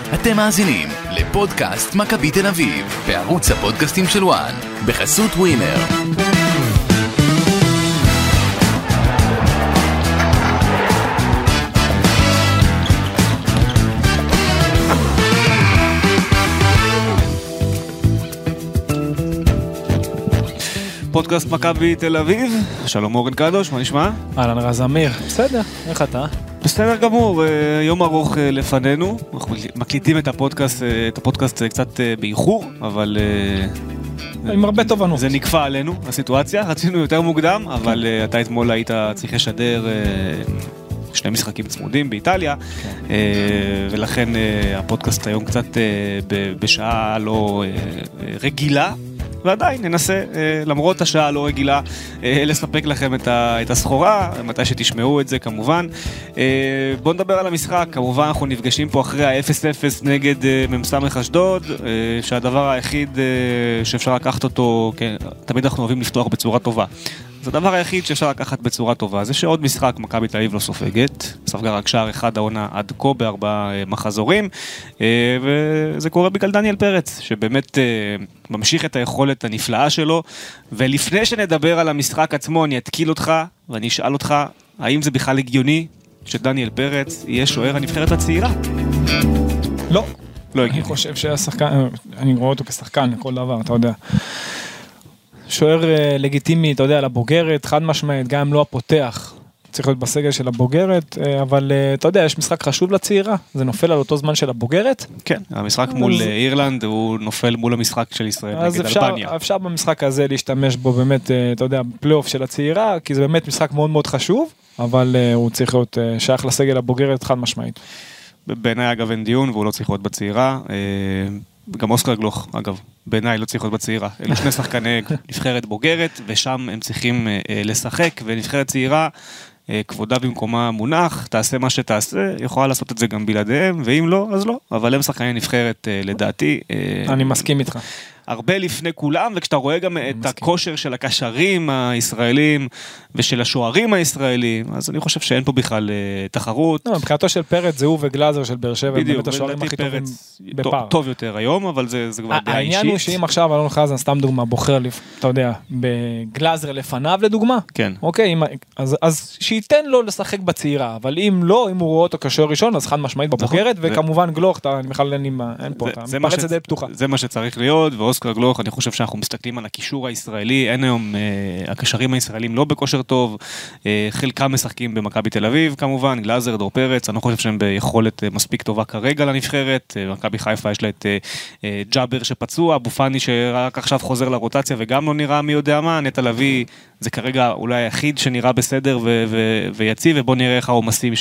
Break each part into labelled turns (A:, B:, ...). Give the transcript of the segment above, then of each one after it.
A: אתם מאזינים לפודקאסט מכבי תל אביב, בערוץ הפודקאסטים של וואן, בחסות ווינר.
B: פודקאסט מכבי תל אביב, שלום אורן קדוש, מה נשמע?
C: אהלן רז אמיר, בסדר, איך אתה?
B: בסדר גמור, יום ארוך לפנינו, אנחנו מקליטים את הפודקאסט קצת באיחור, אבל
C: עם הרבה תובנות.
B: זה נקפא עלינו, הסיטואציה, רצינו יותר מוקדם, אבל אתה אתמול היית צריך לשדר שני משחקים צמודים באיטליה, ולכן הפודקאסט היום קצת בשעה לא רגילה, ועדיין ננסה, למרות השעה הלא רגילה, לספק לכם את הסחורה, מתי שתשמעו את זה כמובן. בואו נדבר על המשחק, כמובן אנחנו נפגשים פה אחרי ה-0-0 נגד מ"ס אשדוד, שהדבר היחיד שאפשר לקחת אותו, תמיד אנחנו אוהבים לפתוח בצורה טובה. זה הדבר היחיד שאפשר לקחת בצורה טובה, זה שעוד משחק מכבי תל אביב לא סופגת, ספגה רק שער אחד העונה עד כה ב4 מחזורים, וזה קורה בגלל דניאל פרץ, שבאמת ממשיך את היכולת הנפלאה שלו, ולפני שנדבר על המשחק עצמו, אני אתקיל אותך, ואני אשאל אותך, האם זה בכלל הגיוני שדניאל פרץ יהיה שוער הנבחרת הצעירה?
C: לא.
B: לא הגיוני.
C: אני חושב שהשחקן, אני רואה אותו כשחקן לכל דבר, אתה יודע. שוער לגיטימי, אתה יודע, לבוגרת, חד משמעית, גם אם לא הפותח, צריך להיות בסגל של הבוגרת, אבל אתה יודע, יש משחק חשוב לצעירה, זה נופל על אותו זמן של הבוגרת.
B: כן, המשחק מול אירלנד הוא נופל מול המשחק של ישראל נגד אלבניה.
C: אפשר במשחק הזה להשתמש בו באמת, אתה יודע, פלייאוף של הצעירה, כי זה באמת משחק מאוד מאוד חשוב, אבל הוא צריך להיות שייך לסגל הבוגרת חד משמעית.
B: בעיניי אגב אין דיון, והוא לא צריך להיות בצעירה. גם אוסקר גלוך, אגב, בעיניי לא צריך להיות בצעירה. אלו שני שחקני נבחרת בוגרת, ושם הם צריכים לשחק, ונבחרת צעירה, כבודה במקומה מונח, תעשה מה שתעשה, יכולה לעשות את זה גם בלעדיהם, ואם לא, אז לא. אבל הם שחקני נבחרת, לדעתי.
C: אני מסכים איתך.
B: הרבה לפני כולם, וכשאתה רואה גם את הכושר של הקשרים הישראלים, ושל השוערים הישראלים, אז אני חושב שאין פה בכלל תחרות.
C: לא, מבחינתו של פרץ, זה הוא וגלאזר של באר שבע,
B: בדיוק,
C: באמת השוערים הכי טובים בפער.
B: טוב יותר היום, אבל זה כבר דעה אישית.
C: העניין הוא שאם עכשיו אלון חזן, סתם דוגמה, בוחר, אתה יודע, בגלאזר לפניו לדוגמה,
B: כן.
C: אוקיי, אז שייתן לו לשחק בצעירה, אבל אם לא, אם הוא רואה אותו כשוער ראשון, אז חד משמעית בבוגרת, וכמובן גלוך, בכלל אין פה, אתה מתפרץ את זה פתוחה.
B: זה מה שצריך להיות, ואוסקר גלוך, אני חושב שאנחנו מסתכלים על הקישור הישראלי, אין היום, הקשרים הישראלים לא בכושר טוב, חלקם משחקים במכבי תל אביב כמובן, גלאזר, דור פרץ, אני לא חושב שהם ביכולת מספיק טובה כרגע לנבחרת, מכבי חיפה יש לה את ג'אבר שפצוע, אבו פאני שרק עכשיו חוזר לרוטציה וגם לא נראה מי יודע מה, נטע לביא זה כרגע אולי היחיד שנראה בסדר ויציב, ובוא נראה איך העומסים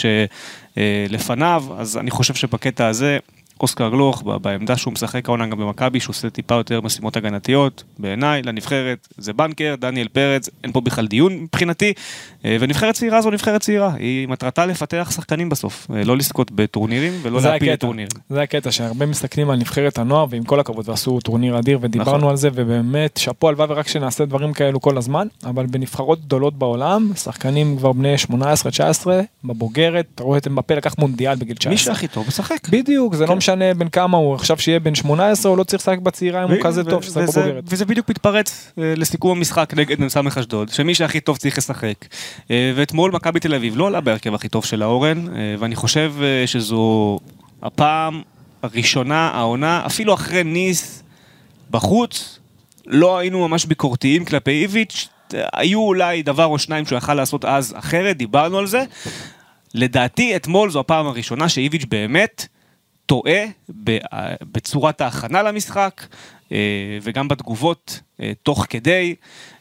B: שלפניו, אז אני חושב שבקטע הזה אוסקר גלוך, בעמדה שהוא משחק העונה גם במכבי, שהוא עושה טיפה יותר משימות הגנתיות, בעיניי, לנבחרת, זה בנקר, דניאל פרץ, אין פה בכלל דיון מבחינתי, ונבחרת צעירה זו נבחרת צעירה, היא מטרתה לפתח שחקנים בסוף, לא לזכות בטורנירים ולא להפיל טורנירים.
C: זה הקטע, שהרבה מסתכלים על נבחרת הנוער, ועם כל הכבוד, ועשו טורניר אדיר, ודיברנו על זה, ובאמת, שפו הלוואי ורק שנעשה דברים כאלו כל הזמן, אבל בנבחרות גדולות בעולם, שחקנים כבר בני 18-19, בבוגרת, אתה רואה את אמבפה לקח מונדיאל בגיל 19.
B: מי שהכי טוב משחק.
C: בדיוק, זה לא משנה בין כמה הוא, עכשיו שיהיה בין 18, הוא לא צריך לשחק בצעירה אם הוא כזה טוב, ששחק בבוגרת.
B: וזה בדיוק מתפרץ לסיכום המשחק נגד מ"ס אשדוד, שמי שהכי טוב צריך לשחק. ואתמול מכבי תל אביב לא עלה בהרכב הכי טוב של האורן, ואני חושב שזו הפעם הראשונה, העונה, אפילו אחרי ניס בחוץ, לא היינו ממש ביקורתיים כלפי איביץ', היו אולי דבר או שניים שהוא יכל לעשות אז אחרת, דיברנו על זה. לדעתי אתמול זו הפעם הראשונה שאיביץ' באמת טועה בצורת ההכנה למשחק, וגם בתגובות תוך כדי,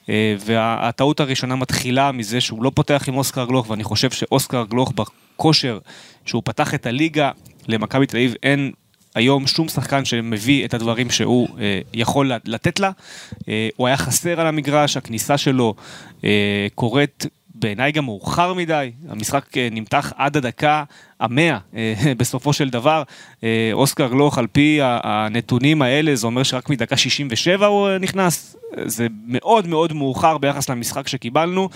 B: והטעות הראשונה מתחילה מזה שהוא לא פותח עם אוסקר גלוך, ואני חושב שאוסקר גלוך בכושר, שהוא פתח את הליגה למכבי תל אביב, אין היום שום שחקן שמביא את הדברים שהוא יכול לתת לה, הוא היה חסר על המגרש, הכניסה שלו קורית בעיניי גם מאוחר מדי, המשחק נמתח עד הדקה 100 בסופו של דבר, אוסקר גלוך על פי הנתונים האלה, זה אומר שרק מדקה 67 הוא נכנס, זה מאוד מאוד מאוחר ביחס למשחק שקיבלנו,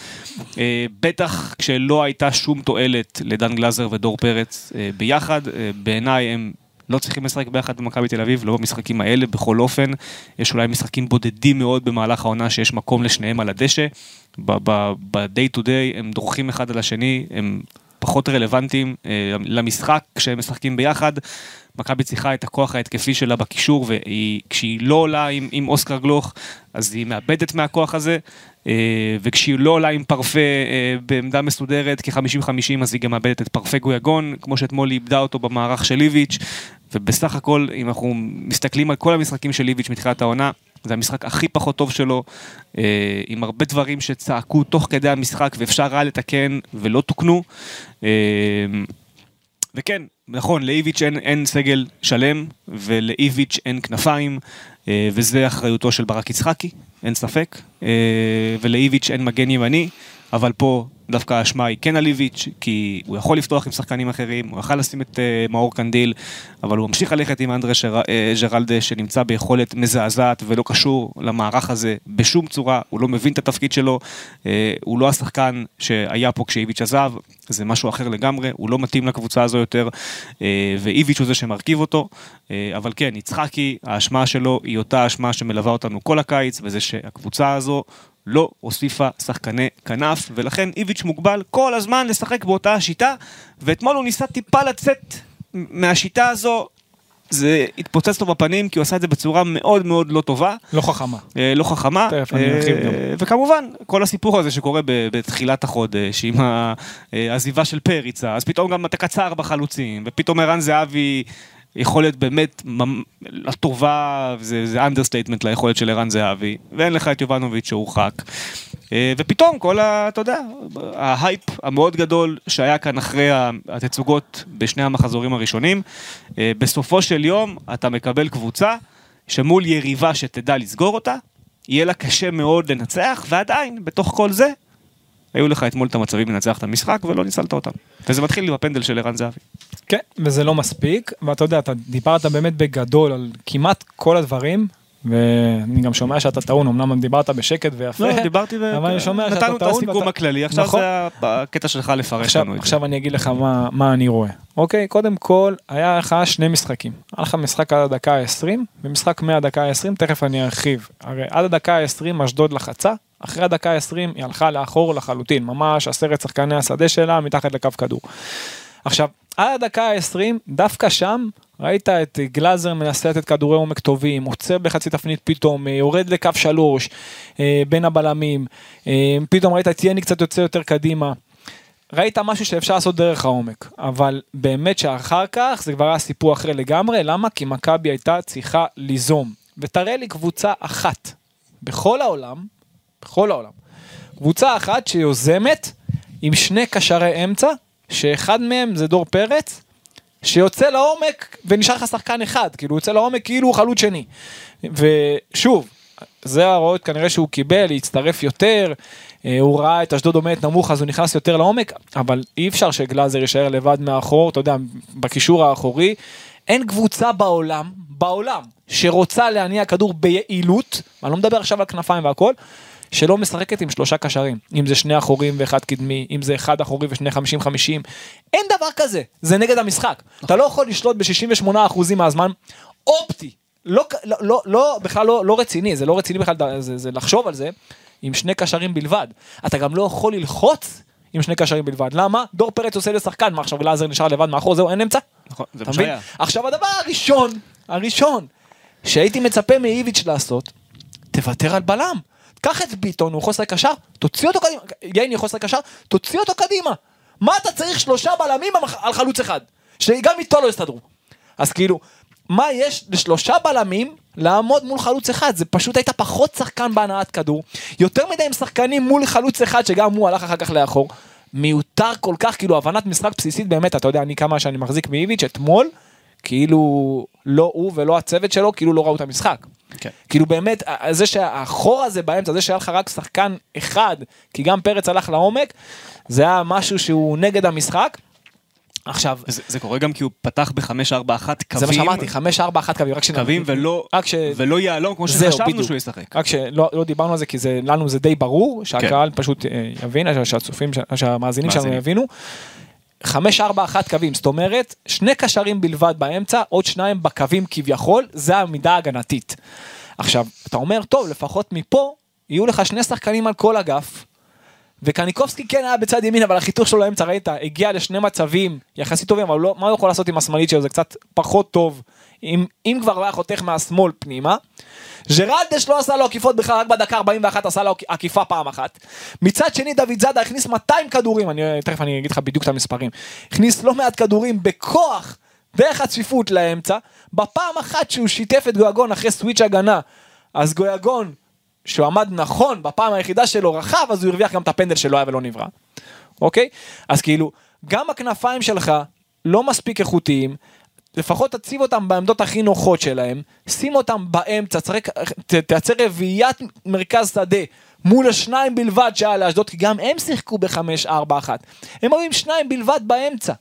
B: בטח כשלא הייתה שום תועלת לדן גלאזר ודור פרץ ביחד, בעיניי הם לא צריכים לשחק ביחד במכבי תל אביב, לא במשחקים האלה, בכל אופן, יש אולי משחקים בודדים מאוד במהלך העונה, שיש מקום לשניהם על הדשא, ב-day to day הם דורכים אחד על השני, הם פחות רלוונטיים למשחק כשהם משחקים ביחד, מכבי צריכה את הכוח ההתקפי שלה בקישור, וכשהיא לא עולה עם אוסקר גלוך, אז היא מאבדת מהכוח הזה, וכשהיא לא עולה עם פרפה בעמדה מסודרת כ-50-50, אז היא גם מאבדת את פרפה גויגון, כמו שאתמול היא איבדה אותו במערך של ליביץ', ובסך הכל, אם אנחנו מסתכלים על כל המשחקים של ליביץ' מתחילת העונה, זה המשחק הכי פחות טוב שלו, עם הרבה דברים שצעקו תוך כדי המשחק, ואפשר רע לתקן ולא תוקנו. וכן, נכון, לאיביץ' אין סגל שלם, ולאיביץ' אין כנפיים, וזה אחריותו של ברק יצחקי, אין ספק, ולאיביץ' אין מגן ימני, אבל פה דווקא האשמה היא כן על איביץ', כי הוא יכול לפתוח עם שחקנים אחרים, הוא יכול לשים את מאור קנדיל, אבל הוא ממשיך ללכת עם אנדרה ג'רלדה, שנמצא ביכולת מזעזעת ולא קשור למערך הזה בשום צורה, הוא לא מבין את התפקיד שלו, הוא לא השחקן שהיה פה כשאיביץ' עזב, זה משהו אחר לגמרי, הוא לא מתאים לקבוצה הזו יותר, ואיביץ' הוא זה שמרכיב אותו, אבל כן, יצחקי, האשמה שלו היא אותה האשמה שמלווה אותנו כל הקיץ, וזה שהקבוצה הזו לא הוסיפה שחקני כנף, ולכן איביץ' מוגבל כל הזמן לשחק באותה השיטה, ואתמול הוא ניסה טיפה לצאת מהשיטה הזו, זה התפוצץ לו בפנים, כי הוא עשה את זה בצורה מאוד מאוד לא טובה.
C: לא חכמה.
B: לא חכמה. וכמובן, כל הסיפור הזה שקורה בתחילת החודש, עם העזיבה של פריצה, אז פתאום גם אתה קצר בחלוצים, ופתאום ערן זהבי יכולת באמת לטובה, זה אנדרסטייטמנט ליכולת של ערן זהבי, ואין לך את יובנוביץ' שהורחק. ופתאום כל אתה יודע, ההייפ המאוד גדול שהיה כאן אחרי התצוגות בשני המחזורים הראשונים, בסופו של יום אתה מקבל קבוצה שמול יריבה שתדע לסגור אותה, יהיה לה קשה מאוד לנצח, ועדיין בתוך כל זה, היו לך אתמול את המצבים לנצח את המשחק, ולא ניצלת אותם. וזה מתחיל עם הפנדל של ערן זהבי.
C: כן, וזה לא מספיק, ואתה יודע, אתה דיברת באמת בגדול על כמעט כל הדברים, ואני גם שומע שאתה טעון, אמנם דיברת בשקט ויפה.
B: לא, דיברתי
C: אבל אני שומע שאתה טעון.
B: נתנו את הסיכום הכללי, עכשיו זה הקטע שלך לפרש לנו את זה.
C: עכשיו אני אגיד לך מה אני רואה. אוקיי, קודם כל, היה לך שני משחקים. היה לך משחק עד הדקה ה-20, ומשחק מהדקה ה-20, תכף אני ארחיב. הרי עד הדקה ה-20 אשדוד לחצה, אחרי הדקה ה-20 היא הלכה לאחור לחלוטין, ממש 10 שחקני השדה שלה מתחת לקו כדור. עכשיו, עד הדקה ה-20, דווקא שם, ראית את גלאזר מנסה לתת כדורי עומק טובים, עוצר בחצי תפנית פתאום, יורד לקו 3, בין הבלמים, פתאום ראית את יני קצת יוצא יותר קדימה, ראית משהו שאפשר לעשות דרך העומק, אבל באמת שאחר כך זה כבר היה סיפור אחר לגמרי, למה? כי מכבי הייתה צריכה ליזום, ותראה לי קבוצה אחת, בכל העולם, קבוצה אחת שיוזמת עם שני קשרי אמצע, שאחד מהם זה דור פרץ, שיוצא לעומק ונשאר לך שחקן אחד, כאילו הוא יוצא לעומק כאילו הוא חלוץ שני. ושוב, זה ההוראות כנראה שהוא קיבל, להצטרף יותר, הוא ראה את אשדוד עומדת נמוך, אז הוא נכנס יותר לעומק, אבל אי אפשר שגלאזר יישאר לבד מאחור, אתה יודע, בקישור האחורי, אין קבוצה בעולם, שרוצה להניע כדור ביעילות, אני לא מדבר עכשיו על כנפיים והכל, שלא משחקת עם 3 קשרים, אם זה 2 אחורים ו1 קדמי, אם זה 1 אחורי ו2 50-50, אין דבר כזה, זה נגד המשחק, אתה לא יכול לשלוט ב-68% מהזמן, אופטי, בכלל לא רציני, זה לא רציני בכלל, זה לחשוב על זה, עם 2 קשרים בלבד, אתה גם לא יכול ללחוץ עם 2 קשרים בלבד, למה? דור פרץ עושה לשחקן, מה עכשיו גלאזר נשאר לבד מאחור, זהו, אין אמצע?
B: נכון, זה מה שהיה.
C: עכשיו הדבר הראשון, שהייתי מצפה מאיביץ' לעשות, תוותר על בלם, קח את ביטון, הוא חוסר קשר, תוציא אותו קדימה, ייני חוסר קשר, תוציא אותו קדימה, מה אתה צריך 3 בלמים על חלוץ אחד, שגם איתו לא יסתדרו, אז כאילו, מה יש ל3 בלמים לעמוד מול חלוץ אחד, זה פשוט היית פחות שחקן בהנעת כדור, יותר מדי עם שחקנים מול חלוץ אחד, שגם הוא הלך אחר כך לאחור, מיותר כל כך, כאילו הבנת משחק בסיסית באמת, אתה יודע, אני כמה שאני מחזיק מאיביץ' אתמול, כאילו לא הוא ולא הצוות שלו, כאילו לא ראו את המשחק. Okay. כאילו באמת, זה שהאחור הזה באמצע, זה שהיה לך רק שחקן אחד, כי גם פרץ הלך לעומק, זה היה משהו שהוא נגד המשחק. עכשיו,
B: זה קורה גם כי הוא פתח ב-5-4-1 קווים.
C: זה מה שאמרתי, 5-4-1 קווים,
B: קווים ולא יעלום, כמו שחשבנו שהוא ישחק.
C: רק שלא דיברנו על זה, כי לנו זה די ברור, שהקהל פשוט יבין, שהצופים, שהמאזינים שלנו יבינו. 5-4-1 קווים, זאת אומרת, 2 קשרים בלבד באמצע, עוד 2 בקווים כביכול, זה העמידה ההגנתית. עכשיו, אתה אומר, טוב, לפחות מפה, יהיו לך 2 שחקנים על כל אגף, וקניקובסקי כן היה בצד ימין, אבל החיתוך שלו לאמצע, ראית, הגיע ל2 מצבים יחסית טובים, אבל לא, מה הוא יכול לעשות עם השמאלית שלו? זה קצת פחות טוב, אם כבר לא היה חותך מהשמאל פנימה. ג'רלדש לא עשה לו עקיפות בכלל, רק בדקה 41 עשה לו עקיפה פעם אחת. מצד שני דוד זאדה הכניס 200 כדורים, תכף אני אגיד לך בדיוק את המספרים, הכניס לא מעט כדורים בכוח, דרך הצפיפות לאמצע, בפעם אחת שהוא שיתף את גויגון אחרי סוויץ' הגנה, אז גויגון, שהוא עמד נכון בפעם היחידה שלו רחב, אז הוא הרוויח גם את הפנדל שלו היה ולא נברא. אוקיי? אז כאילו, גם הכנפיים שלך לא מספיק איכותיים, לפחות תציב אותם בעמדות הכי נוחות שלהם, שים אותם באמצע, תייצר רביעיית מרכז שדה, מול 2 בלבד שהיה לאשדוד, כי גם הם שיחקו ב5-4-1. הם היו עם 2 בלבד באמצע.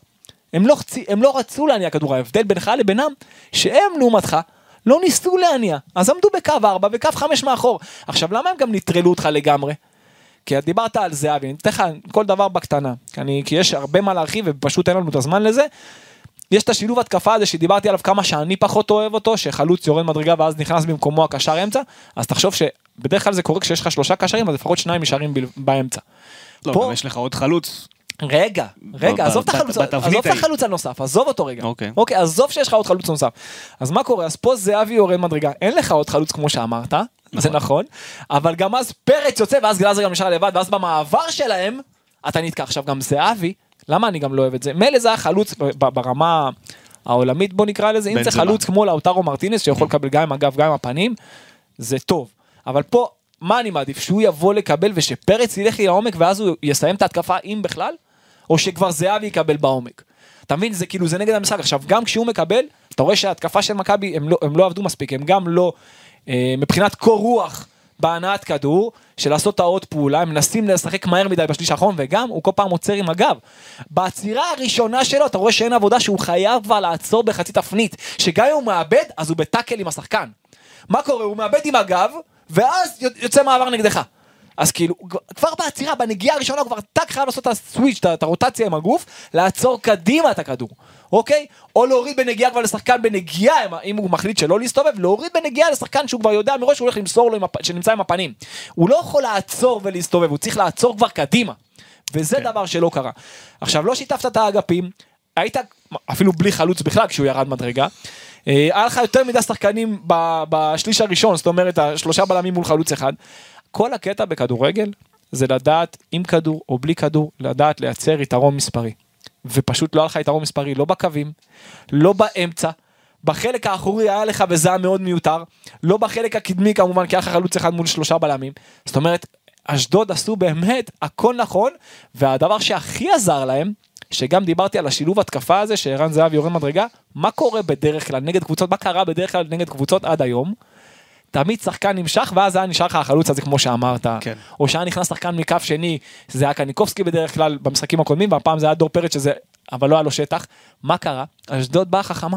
C: הם לא רצו להניע כדור, ההבדל בינך לבינם, שהם לעומתך, לא ניסו להניע, אז עמדו בקו 4 וקו 5 מאחור. עכשיו, למה הם גם נטרלו אותך לגמרי? כי דיברת על זה, אבי, אני אתן לך כל דבר בקטנה, כי יש הרבה מה להרחיב, ופשוט אין לנו את הזמן לזה. יש את השילוב התקפה הזה שדיברתי עליו כמה שאני פחות אוהב אותו, שחלוץ יורד מדרגה ואז נכנס במקומו הקשר אמצע, אז תחשוב שבדרך כלל זה קורה כשיש לך 3 קשרים, אז לפחות 2 נשארים באמצע.
B: לא, פה... יש לך עוד חלוץ.
C: רגע, עזוב את החלוץ הנוסף, עזוב אותו רגע. אוקיי, עזוב שיש לך עוד חלוץ נוסף. אז מה קורה? אז פה זהבי יורד מדרגה, אין לך עוד חלוץ כמו שאמרת, זה נכון, אבל גם אז פרץ יוצא, ואז גלאזר גם נשאר לבד, ואז במעבר שלהם, אתה נתקע. עכשיו גם זהבי, למה אני גם לא אוהב את זה? מילא זה היה חלוץ ברמה העולמית, בוא נקרא לזה, אם זה חלוץ כמו לאוטרו מרטינס, שיכול לקבל גם עם הגב, גם עם הפנים, זה טוב. אבל פה, מה אני מעדיף? שהוא יבוא לקבל ושפרץ ילך לי לעומק, ואז הוא יסיים את ההתקפה, אם בכלל, או שכבר זהבי יקבל בעומק. אתה מבין? זה כאילו, זה נגד המשחק. עכשיו, גם כשהוא מקבל, אתה רואה שההתקפה של מכבי, הם לא עבדו מספיק, הם גם לא, מבחינת קור רוח, בהנעת כדור, של לעשות את העוד פעולה, הם מנסים לשחק מהר מדי בשליש האחרון, וגם הוא כל פעם עוצר עם הגב. בעצירה הראשונה שלו, אתה רואה שאין עבודה שהוא חייב כבר לעצור בחצי תפנית, שגם אם הוא מאבד, אז הוא בטאקל עם השחקן. מה קורה? הוא מאבד עם הגב, ואז יוצא מעבר נגדך. אז כאילו, כבר בעצירה, בנגיעה הראשונה, הוא כבר טק חייב לעשות את הסוויץ', את הרוטציה עם הגוף, לעצור קדימה את הכדור. אוקיי? או להוריד בנגיעה כבר לשחקן בנגיעה, אם הוא מחליט שלא להסתובב, להוריד בנגיעה לשחקן שהוא כבר יודע מראש שהוא הולך למסור לו שנמצא עם הפנים. הוא לא יכול לעצור ולהסתובב, הוא צריך לעצור כבר קדימה. וזה דבר שלא קרה. עכשיו, לא שיתפת את האגפים, היית אפילו בלי חלוץ בכלל כשהוא ירד מדרגה, היה לך יותר מדי שחקנים בשליש הראשון, זאת אומרת, 3 בלמים מול חלוץ אחד. כל הקטע בכדורגל זה לדעת עם כדור או בלי כדור, לדעת לייצר יתרון מספרי. ופשוט לא היה לך יתרון מספרי, לא בקווים, לא באמצע, בחלק האחורי היה לך וזה מאוד מיותר, לא בחלק הקדמי כמובן, כי היה לך חלוץ אחד מול 3 בלמים. זאת אומרת, אשדוד עשו באמת הכל נכון, והדבר שהכי עזר להם, שגם דיברתי על השילוב התקפה הזה, שערן זהבי יורד מדרגה, מה קורה בדרך כלל נגד קבוצות, מה קרה בדרך כלל נגד קבוצות עד היום? תמיד שחקן נמשך, ואז היה נשאר לך החלוץ הזה כמו שאמרת, כן. או שהיה נכנס שחקן מקו שני, זה היה קניקובסקי בדרך כלל במשחקים הקודמים, והפעם זה היה דור פרץ שזה, אבל לא היה לו שטח. מה קרה? אשדוד באה חכמה.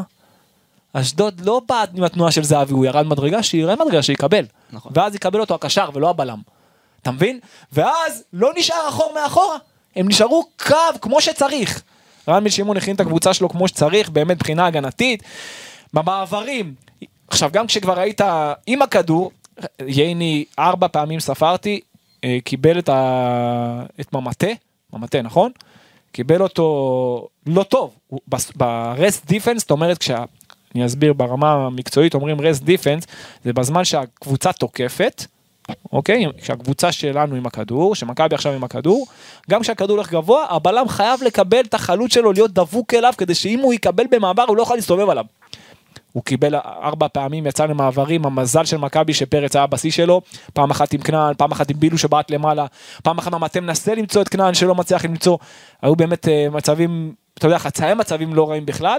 C: אשדוד לא באה עם התנועה של זהבי, הוא ירד מדרגה, שירד מדרגה שיקבל. נכון. ואז יקבל אותו הקשר ולא הבלם. אתה מבין? ואז לא נשאר אחור מאחורה. הם נשארו קו כמו שצריך. רן שמעון הכין את הקבוצה שלו כמו שצריך, באמת בחינה הגנתית. במעברים, עכשיו גם כשכבר היית עם הכדור, ייני 4 פעמים ספרתי, קיבל את ממטה, נכון? קיבל אותו לא טוב, ברסט דיפנס, זאת אומרת אני אסביר ברמה המקצועית, אומרים רסט דיפנס, זה בזמן שהקבוצה תוקפת, אוקיי? כשהקבוצה שלנו עם הכדור, שמכבי עכשיו עם הכדור, גם כשהכדור הולך גבוה, הבלם חייב לקבל את החלוץ שלו, להיות דבוק אליו, כדי שאם הוא יקבל במעבר, הוא לא יכול להסתובב עליו. הוא קיבל 4 פעמים, יצא למעברים, המזל של מכבי שפרץ היה הבסיס שלו, פעם אחת עם כנען, פעם אחת עם בילו שבאת למעלה, פעם אחת המטה מנסה למצוא את כנען שלא מצליח למצוא, היו באמת מצבים, אתה יודע, חצאי מצבים לא רעים בכלל,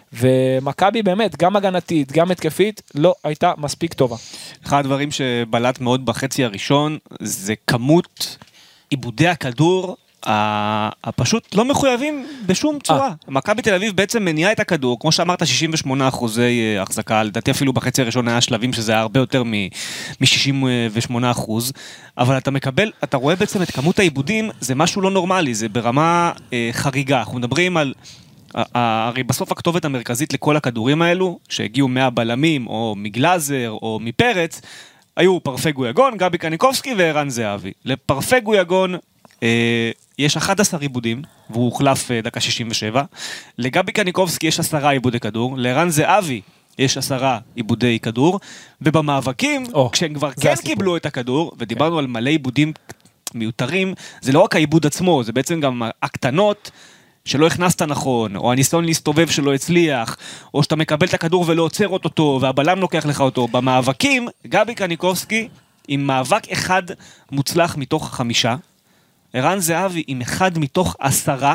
C: ומכבי באמת, גם הגנתית, גם התקפית, לא הייתה מספיק טובה.
B: אחד הדברים שבלט מאוד בחצי הראשון, זה כמות עיבודי הכדור פשוט לא מחויבים בשום צורה. מכבי תל אביב בעצם מניעה את הכדור, כמו שאמרת, 68% החזקה, לדעתי אפילו בחצי הראשון היה שלבים שזה היה הרבה יותר מ-68%, אבל אתה רואה בעצם את כמות העיבודים, זה משהו לא נורמלי, זה ברמה חריגה. אנחנו מדברים על, הרי בסוף הכתובת המרכזית לכל הכדורים האלו, שהגיעו מהבלמים, או מגלאזר, או מפרץ, היו פרפגו יגון, גבי קניקובסקי וערן זהבי. לפרפגו יגון יש 11 עיבודים, והוא הוחלף דקה 67. לגבי קניקובסקי יש 10 עיבודי כדור, לערן זהבי יש 10 עיבודי כדור, ובמאבקים, כשהם כבר כן קיבלו את הכדור, ודיברנו על מלא עיבודים מיותרים, זה לא רק העיבוד עצמו, זה בעצם גם הקטנות, שלא הכנסת נכון, או הניסיון להסתובב שלא הצליח, או שאתה מקבל את הכדור ולא עוצר אותו, והבלם לוקח לך אותו. במאבקים, גבי קניקובסקי עם מאבק אחד מוצלח מתוך 5, ערן זהבי עם 1 מתוך 10,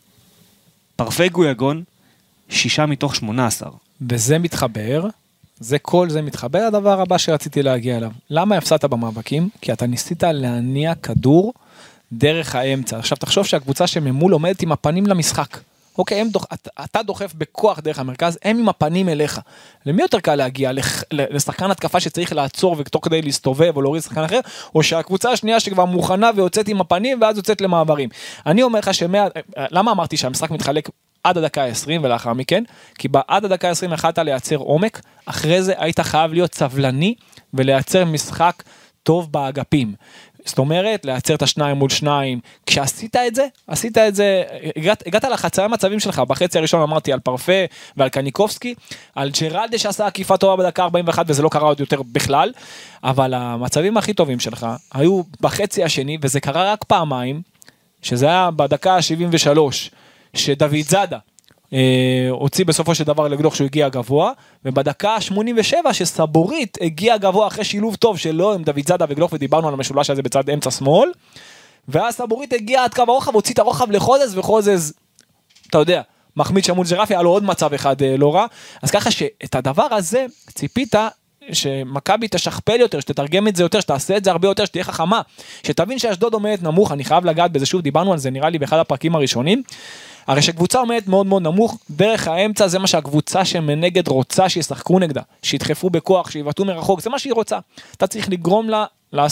B: פרפגו יגון 6 מתוך 18.
C: וזה מתחבר, כל זה מתחבר הדבר הבא שרציתי להגיע אליו. למה הפסדת במאבקים? כי אתה ניסית להניע כדור דרך האמצע. עכשיו תחשוב שהקבוצה שממול עומדת עם הפנים למשחק. אוקיי, אתה דוחף בכוח דרך המרכז, הם עם הפנים אליך. למי יותר קל להגיע? לשחקן התקפה שצריך לעצור ותוך כדי להסתובב או להוריד שחקן אחר, או שהקבוצה השנייה שכבר מוכנה ויוצאת עם הפנים ואז יוצאת למעברים. אני אומר לך למה אמרתי שהמשחק מתחלק עד הדקה ה-20 ולאחר מכן? כי עד הדקה ה-20 יכלת לייצר עומק, אחרי זה היית חייב להיות סבלני ולייצר משחק טוב באגפים. זאת אומרת, לייצר את 2 מול 2, כשעשית את זה, הגעת לחצאי המצבים שלך, בחצי הראשון אמרתי על פרפה ועל קניקובסקי, על ג'רלדה שעשה עקיפה טובה בדקה 41, וזה לא קרה עוד יותר בכלל, אבל המצבים הכי טובים שלך, היו בחצי השני, וזה קרה רק פעמיים, שזה היה בדקה ה-73, שדוד זאדה, הוציא בסופו של דבר לגלוך שהוא הגיע גבוה, ובדקה ה-87 שסבורית הגיע גבוה אחרי שילוב טוב שלו עם דוד זאדה וגלוך, ודיברנו על המשולש הזה בצד אמצע שמאל, ואז סבורית הגיע עד קו הרוחב, הוציא את הרוחב לחוזז, וחוזז, אתה יודע, מחמיד שמול ג'רפי, היה לו עוד מצב אחד לא רע, אז ככה שאת הדבר הזה ציפית שמכבי תשכפל יותר, שתתרגם את זה יותר, שתעשה את זה הרבה יותר, שתהיה חכמה, שתבין שאשדוד עומדת נמוך, אני חייב לגעת בזה שוב, דיברנו על זה נראה לי באחד הפרקים הראשונים, הרי שקבוצה עומדת מאוד מאוד נמוך, דרך האמצע זה מה שהקבוצה שמנגד רוצה שישחקו נגדה, שידחפו בכוח, שיבטאו מרחוק, זה מה שהיא רוצה. אתה צריך לגרום לה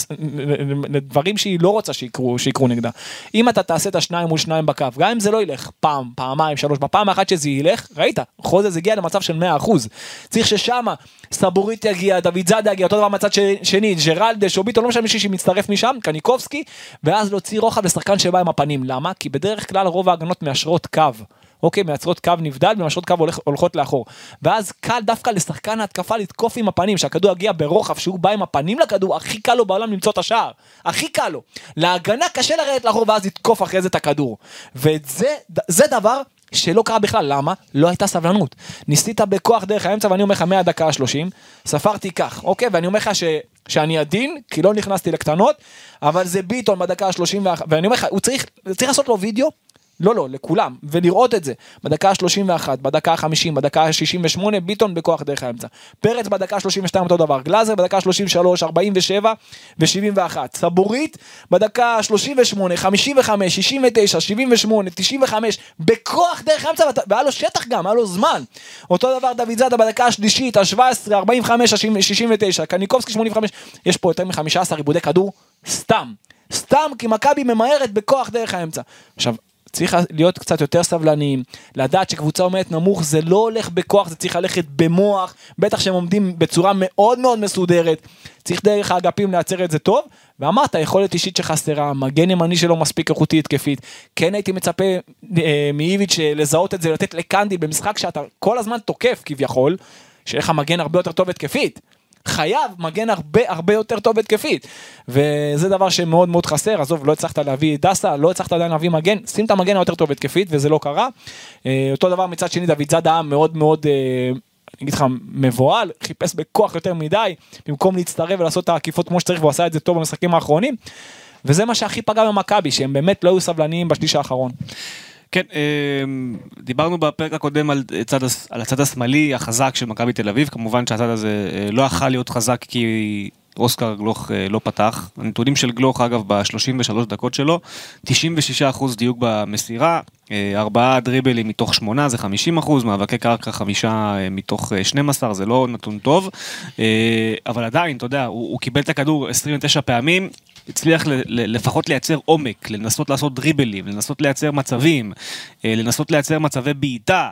C: לדברים שהיא לא רוצה שיקרו נגדה. אם אתה תעשה את 2 מול 2 בקו, גם אם זה לא ילך פעם, פעמיים, 3, בפעם אחת שזה ילך, ראית, חוזז הגיע למצב של 100%. צריך ששם סבורית יגיע, דוד זאדה יגיע, אותו דבר מצד שני, ג'רלדה, שוביטו, לא משנה מישהו שמצטרף משם, קניקובסקי, ואז להוציא רוחב לשחקן שבא עם הפנים. למה? כי בדרך כלל רוב ההגנות מאשרות קו. אוקיי, מייצרות קו נבדל, ומאשרות קו הולכות לאחור. ואז קל דווקא לשחקן ההתקפה לתקוף עם הפנים, שהכדור יגיע ברוחב, שהוא בא עם הפנים לכדור, הכי קל לו בעולם למצוא את השער. הכי קל לו. להגנה קשה לרדת לאחור, ואז לתקוף אחרי זה את הכדור. וזה דבר שלא קרה בכלל. למה? לא הייתה סבלנות. ניסית בכוח דרך האמצע, ואני אומר לך 100 דקה 30, ספרתי כך, אוקיי? ואני אומר לך שאני עדין, כי לא נכנסתי לקטנות, אבל זה ביטון בדקה 31, ואני אומר לך, הוא צריך לעשות לו וידאו, לא, לכולם, ולראות את זה, בדקה ה-31, בדקה ה-50, בדקה ה-68, ביטון בכוח דרך האמצע, פרץ בדקה ה-32 אותו דבר, גלאזר בדקה ה-33, 47 ו-71, סבורית בדקה ה-38, 55, 69, 78, 95, בכוח דרך האמצע, והיה לו שטח גם, היה לו זמן, אותו דבר דוד זאדה בדקה השלישית, ה-17, 45, 69, קניקובסקי 85, יש פה יותר מ-15 עיבודי כדור, סתם, כי מכבי ממהרת בכוח דרך האמצע. עכשיו, צריך להיות קצת יותר סבלניים, לדעת שקבוצה עומדת נמוך, זה לא הולך בכוח, זה צריך ללכת במוח, בטח שהם עומדים בצורה מאוד מאוד מסודרת, צריך דרך האגפים לייצר את זה טוב, ואמרת, יכולת אישית שחסרה, מגן ימני שלא מספיק איכותי התקפית, כן הייתי מצפה מאיביץ' לזהות את זה, לתת לקנדי במשחק שאתה כל הזמן תוקף כביכול, שיהיה לך מגן הרבה יותר טוב התקפית, חייב מגן הרבה יותר טוב התקפית, וזה דבר שמאוד מאוד חסר. עזוב, לא הצלחת להביא דסה, לא הצלחת עדיין להביא מגן, שים את המגן היותר טוב התקפית, וזה לא קרה. אותו דבר מצד שני, דוד זאדה מאוד מאוד, אני אגיד לך, מבועל, חיפש בכוח יותר מדי, במקום להצטרף ולעשות את העקיפות כמו שצריך, והוא עשה את זה טוב במשחקים האחרונים, וזה מה שהכי פגע במכבי, שהם באמת לא היו סבלניים בשליש האחרון.
B: כן, דיברנו בפרק הקודם על הצד השמאלי החזק של מכבי תל אביב, כמובן שהצד הזה לא יכול להיות חזק כי אוסקר גלוך לא פתח. הנתונים של גלוך, אגב, ב-33 דקות שלו, 96% דיוק במסירה, 4 דריבלים מתוך 8, זה 50%, מאבקי קרקע 5 מתוך 12, זה לא נתון טוב, אבל עדיין, אתה יודע, הוא קיבל את הכדור 29 פעמים, הצליח לפחות לייצר עומק, לנסות לעשות דריבלים, לנסות לייצר מצבים, לנסות לייצר מצבי בעיטה,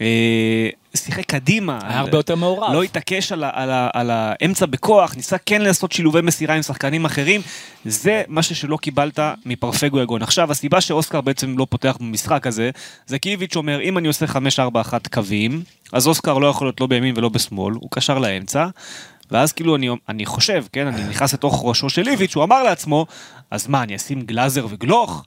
B: שיחק קדימה,
C: היה הרבה יותר מעורב.
B: לא התעקש על האמצע בכוח, ניסה כן לעשות שילובי מסירה עם שחקנים אחרים, זה משהו שלא קיבלת מפרפגו יגון. עכשיו, הסיבה שאוסקר בעצם לא פותח במשחק הזה, זה כי איביץ' אומר, אם אני עושה 5-4-1 קווים, אז אוסקר לא יכול להיות לא בימין ולא בשמאל, הוא קשר לאמצע, ואז כאילו אני חושב, כן, אני נכנס לתוך ראשו של איביץ', הוא אמר לעצמו, אז מה, אני אשים גלאזר וגלוך?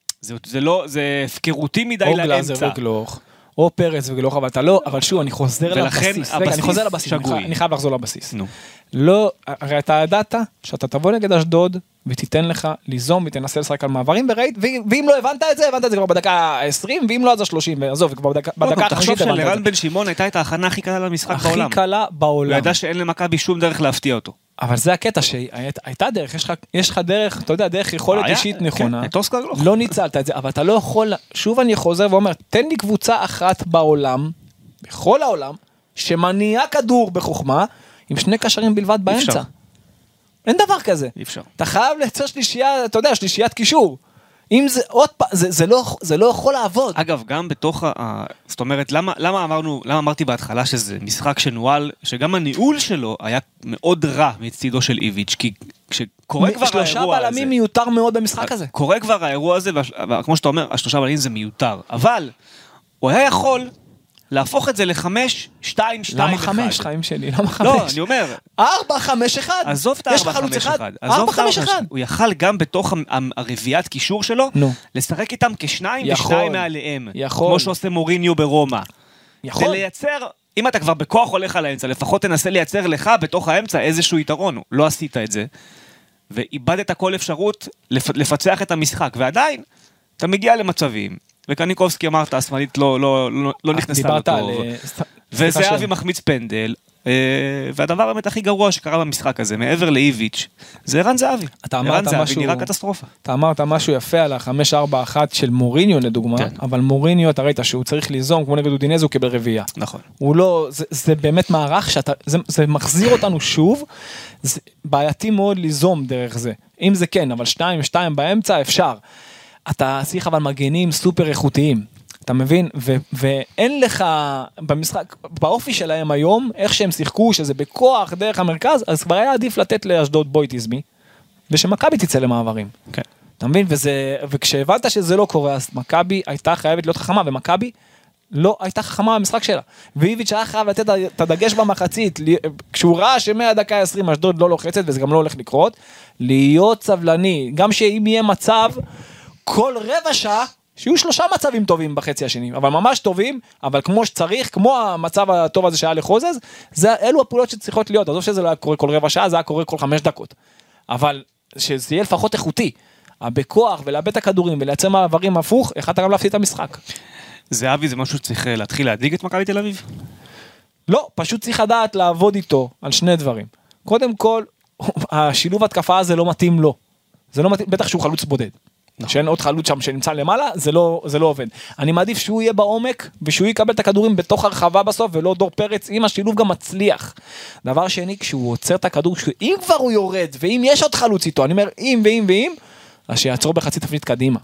B: זה הפקרותי מדי לאמצע.
C: או גלאזר וגלוך. או פרץ וגלוך, אבל אתה לא, אבל שוב, אני חוזר לבסיס. רגע, אני חוזר לבסיס, אני חייב לחזור לבסיס. לא, הרי אתה ידעת שאתה תבוא נגד אשדוד, ותיתן לך ליזום, ותנסה לשחק על מעברים, ואם לא הבנת את זה כבר בדקה ה-20, ואם לא אז ה-30, ועזוב, כבר בדקה ה-50.
B: תחשוב שלרן בן שמעון הייתה את ההכנה הכי קלה למשחק בעולם.
C: הכי קלה בעולם.
B: הוא ידע שאין למכבי שום דרך להפתיע אותו.
C: אבל זה הקטע שהייתה דרך, יש לך דרך, אתה יודע, דרך יכולת אישית נכונה. לא ניצלת את זה, אבל אתה לא יכול, שוב אני חוזר ואומר, תן לי קבוצה אחת בעולם, בכל העולם, שמניעה כדור בחוכמה, עם 2 קשרים בלבד באמצע. אין דבר כזה.
B: אי אפשר. אתה
C: חייב לייצר שלישייה, אתה יודע, שלישיית קישור. אם זה עוד פעם, זה לא יכול לעבוד.
B: אגב, גם בתוך זאת אומרת, למה אמרתי בהתחלה שזה משחק שנועל, שגם הניהול שלו היה מאוד רע מצידו של איביץ', כי כשקורה כבר האירוע הזה... 3 בלמים
C: מיותר מאוד במשחק הזה.
B: קורה כבר האירוע הזה, וכמו שאתה אומר, 3 בלמים זה מיותר. אבל הוא היה יכול להפוך את זה ל-5, 2, 2, 1.
C: למה 5, חיים שלי? למה 5?
B: לא, אני אומר...
C: 4, 5, 1.
B: עזוב את 4, 5, 1. 4, 5, 1. הוא יכל גם בתוך הרביעיית קישור שלו, לשחק איתם כ2 ו2 מעליהם.
C: יכול.
B: כמו שעושה מוריניו ברומא.
C: יכול.
B: ולייצר, אם אתה כבר בכוח הולך על האמצע, לפחות תנסה לייצר לך בתוך האמצע איזשהו יתרון. לא עשית את זה. ואיבדת כל אפשרות לפצח את המשחק. ועדיין, אתה מגיע למצבים. וקניקובסקי אמרת, השמאלית לא נכנסה לטוב, וזהבי מחמיץ פנדל, והדבר באמת הכי גרוע שקרה במשחק הזה, מעבר לאיביץ', זה ערן זהבי. ערן זהבי נראה קטסטרופה.
C: אתה אמרת משהו יפה על ה-5-4-1 של מוריניו לדוגמה, אבל מוריניו אתה ראית שהוא צריך ליזום, כמו נגד אודינז הוא קיבל רביעייה.
B: נכון.
C: הוא לא, זה באמת מערך זה מחזיר אותנו שוב, זה בעייתי מאוד ליזום דרך זה. אם זה כן, אבל 2-2 באמצע אפשר. אתה צריך אבל מגנים סופר איכותיים, אתה מבין? ואין לך במשחק, באופי שלהם היום, איך שהם שיחקו, שזה בכוח דרך המרכז, אז כבר היה עדיף לתת לאשדוד בוי תזמי, ושמכבי תצא למעברים.
B: כן.
C: אתה מבין? וכשהבנת שזה לא קורה, אז מכבי הייתה חייבת להיות חכמה, ומכבי לא הייתה חכמה במשחק שלה. ואיביץ' היה חייב לתת את הדגש במחצית, כשהוא ראה שמהדקה 20 אשדוד לא לוחצת, וזה גם לא הולך לקרות, להיות סבלני, גם שאם יהיה מצב, כל רבע שעה, שיהיו 3 מצבים טובים בחצי השני, אבל ממש טובים, אבל כמו שצריך, כמו המצב הטוב הזה שהיה לחוזז, אלו הפעולות שצריכות להיות, עזוב שזה לא היה קורה כל רבע שעה, זה היה קורה כל 5 דקות. אבל שזה יהיה לפחות איכותי, בכוח ולאבד את הכדורים ולייצר מעברים הפוך, איך אתה גם להפסיד את המשחק.
B: זהבי זה משהו שצריך להתחיל להדאיג את מכבי תל אביב?
C: לא, פשוט צריך לדעת לעבוד איתו על 2 דברים. קודם כל, השילוב התקפה הזה לא מתאים לו. זה לא מתאים, בטח שהוא חלוץ בודד. שאין עוד חלוץ שם שנמצא למעלה, זה לא עובד. אני מעדיף שהוא יהיה בעומק, ושהוא יקבל את הכדורים בתוך הרחבה בסוף, ולא דור פרץ, אם השילוב גם מצליח. דבר שני, כשהוא עוצר את הכדור, אם כבר הוא יורד, ואם יש עוד חלוץ איתו, אני אומר, אם, אז שיעצור בחצי תפנית קדימה.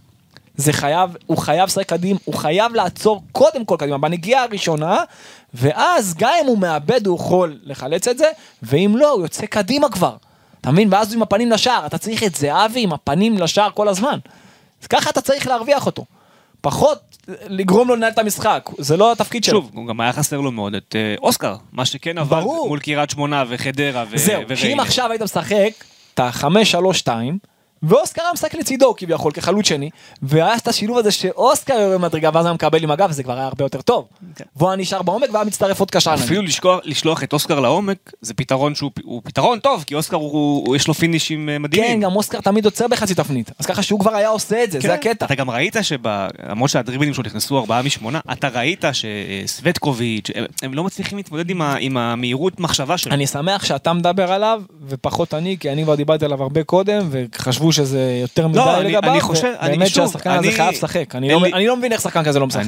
C: הוא חייב לשחק קדימה, הוא חייב לעצור קודם כל קדימה, בנגיעה הראשונה, ואז גם אם הוא מאבד, הוא יכול לחלץ את זה, ואם לא, הוא יוצא קדימה כבר. אתה מבין? ואז הוא עם הפנים לשער, אתה צריך את זהבי עם הפנים לשער כל הזמן. אז ככה אתה צריך להרוויח אותו. פחות לגרום לו לנהל את המשחק, זה לא התפקיד שלו.
B: שוב, הוא גם היה חסר לו מאוד את אוסקר, מה שכן עבד מול קריית שמונה וחדרה
C: זהו, שאם עכשיו היית משחק, אתה 5-3-2, ואוסקר היה משחק לצידו כביכול כחלוץ שני, והיה את השילוב הזה שאוסקר יורד מדרגה ואז היה מקבל עם הגב, זה כבר היה הרבה יותר טוב. והוא נשאר בעומק והיה מצטרף עוד קשר.
B: אפילו לשלוח את אוסקר לעומק, זה פתרון שהוא פתרון טוב, כי אוסקר יש לו פינישים מדהימים.
C: כן, גם אוסקר תמיד עוצר בחצי תפנית, אז ככה שהוא כבר היה עושה את זה, זה הקטע.
B: אתה גם ראית למרות שהדריבלים שלו נכנסו 4-8, אתה ראית שסווטקוביץ' הם לא מצליחים להתמודד עם המהירות מחשבה שלו.
C: אני שמח שאתה מדבר עליו, ופחות אני, כי אני כבר דיברתי עליו הרבה קודם, וחשבו שזה יותר מדי לגביו, ובאמת שהשחקן הזה חייב לשחק. אני לא מבין איך שחקן כזה לא משחק.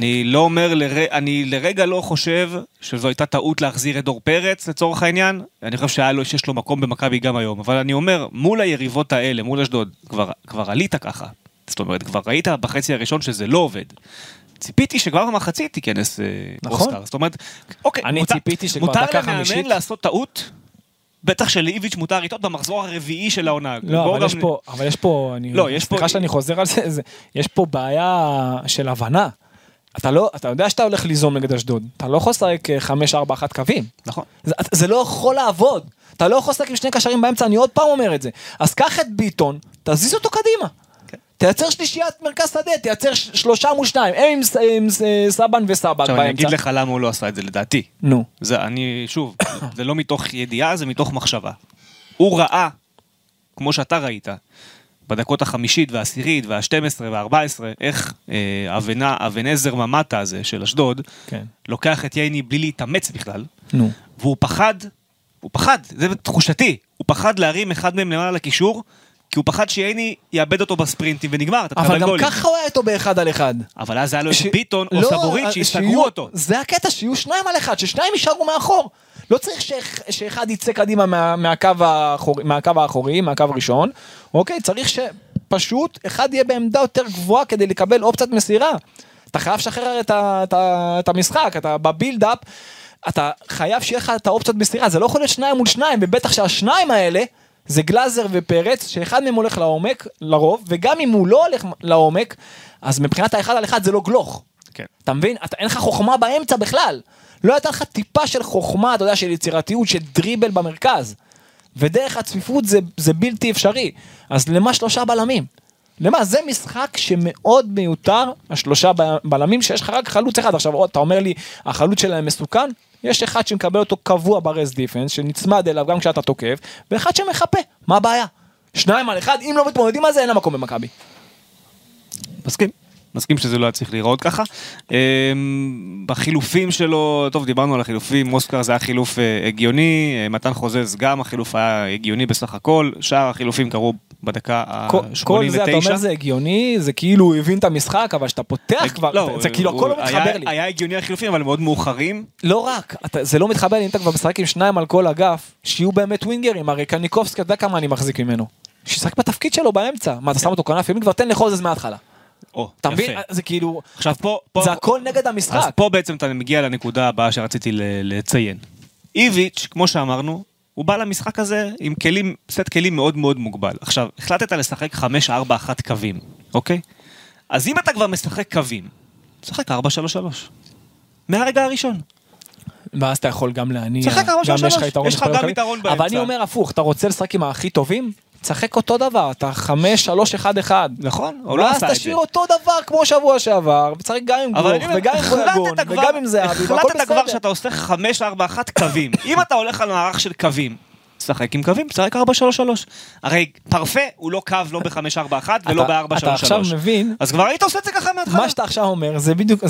B: אני לרגע לא חושב שזו הייתה טעות להחזיר את דור פרץ לצורך העניין, אני חושב שיש לו מקום במכבי גם היום, אבל אני אומר, מול היריבות האלה, מול אשדוד, כבר עלית ככה. זאת אומרת, כבר ראית בחצי הראשון שזה לא עובד. ציפיתי שכבר במחצית תיכנס אוסקר. זאת אומרת, אוקיי, מותר למאמן לעשות טעות, בטח שלאיביץ' מותר איתות במחזור הרביעי של העונה.
C: לא, אבל יש פה, סליחה שאני חוזר על זה, יש פה בעיה של הבנה. אתה יודע שאתה הולך ליזום נגד אשדוד, אתה לא יכול לשחק 5-4-1 קווים.
B: נכון.
C: זה לא יכול לעבוד. אתה לא יכול לשחק עם שני קשרים באמצע, אני עוד פעם אומר את זה. אז קח את ביטון, תזיז אותו קדימה. תייצר שלישיית מרכז שדה, תייצר 3 מול 2, הם עם סבן וסבק באמצע.
B: עכשיו אני אגיד לך למה הוא לא עשה את זה לדעתי.
C: נו.
B: שוב, זה לא מתוך ידיעה, זה מתוך מחשבה. הוא ראה, כמו שאתה ראית, בדקות החמישית והעשירית והשתים עשרה וה-14, איך אבנזר ממטה הזה של אשדוד, לוקח את ייני בלי להתאמץ בכלל, והוא פחד, זה תחושתי, הוא פחד להרים אחד מהם למעלה לקישור, כי הוא פחד שייני יאבד אותו בספרינטים ונגמר,
C: אבל גם ככה הוא היה איתו באחד על אחד.
B: אבל אז היה לו את ביטון או סבורית שיסתגרו אותו.
C: זה הקטע, שיהיו 2 על 1, ששניים יישארו מאחור. לא צריך שאחד יצא קדימה מהקו האחורי, מהקו הראשון, אוקיי? צריך שפשוט אחד יהיה בעמדה יותר גבוהה כדי לקבל אופציית מסירה. אתה חייב לשחרר את המשחק, אתה בבילדאפ, אתה חייב שיהיה לך את האופציית מסירה, זה לא יכול להיות 2 מול 2, ובטח שהשניים האלה, זה גלאזר ופרץ, שאחד מהם הולך לעומק, לרוב, וגם אם הוא לא הולך לעומק, אז מבחינת האחד על אחד זה לא גלוך.
B: כן.
C: אתה מבין? אין לך חוכמה באמצע בכלל. לא הייתה לך טיפה של חוכמה, אתה יודע, של יצירתיות, של דריבל במרכז. ודרך הצפיפות זה בלתי אפשרי. אז למה 3 בלמים? למה? זה משחק שמאוד מיותר, 3 בלמים, שיש לך רק חלוץ אחד. עכשיו, אתה אומר לי, החלוץ שלהם מסוכן? יש אחד שמקבל אותו קבוע ברס דיפנס, שנצמד אליו גם כשאתה תוקף, ואחד שמחפה. מה הבעיה? 2 על 1, אם לא מתמודדים על זה, אין לה מקום במכבי.
B: מסכים שזה לא היה צריך להיראות ככה. בחילופים שלו, טוב, דיברנו על החילופים, אוסקר זה היה חילוף הגיוני, מתן חוזז גם החילוף היה הגיוני בסך הכל, שאר החילופים קרו בדקה ה-89.
C: כל זה, אתה אומר זה הגיוני, זה כאילו הוא הבין את המשחק, אבל שאתה פותח כבר, זה כאילו הכל לא מתחבר לי.
B: היה הגיוני החילופים, אבל מאוד מאוחרים.
C: לא רק, זה לא מתחבר לי, אם אתה כבר משחק עם 2 על כל אגף, שיהיו באמת ווינגרים, הרי קניקובסקי, אתה יודע כמה אני מחזיק ממנו. שישחק בתפקיד שלו באמצע, מה אתה שם אותו כנף ימין, כבר תן לחוזז מההתחלה. אתה מבין? זה כאילו, זה הכל נגד המשחק.
B: אז פה בעצם אתה מגיע לנקודה הבאה שרציתי לציין. איביץ', כמו שאמרנו, הוא בא למשחק הזה עם סט כלים מאוד מאוד מוגבל. עכשיו, החלטת לשחק 5-4-1 קווים, אוקיי? אז אם אתה כבר משחק קווים, שחק 4-3-3. מהרגע הראשון.
C: ואז אתה יכול גם להניע.
B: שחק 4-3-3. יש לך גם יתרון באמצע.
C: אבל אני אומר הפוך, אתה רוצה לשחק עם הכי טובים? תשחק אותו דבר, אתה 5-3-1-1.
B: נכון, הוא לא עשה את זה.
C: ואז תשאיר אותו דבר כמו שבוע שעבר, וצחק גם עם גלוך, וגם עם גויגון, וגם עם זה,
B: החלטת כבר שאתה עושה 5-4-1 קווים. אם אתה הולך על מערך של קווים, שחק עם קווים, שחק 4-3-3. הרי פרפה הוא לא קו, לא ב-5-4-1 ולא ב-4-3-3.
C: אתה עכשיו מבין.
B: אז כבר היית עושה את זה ככה מהתחלה.
C: מה שאתה עכשיו אומר, זה בדיוק,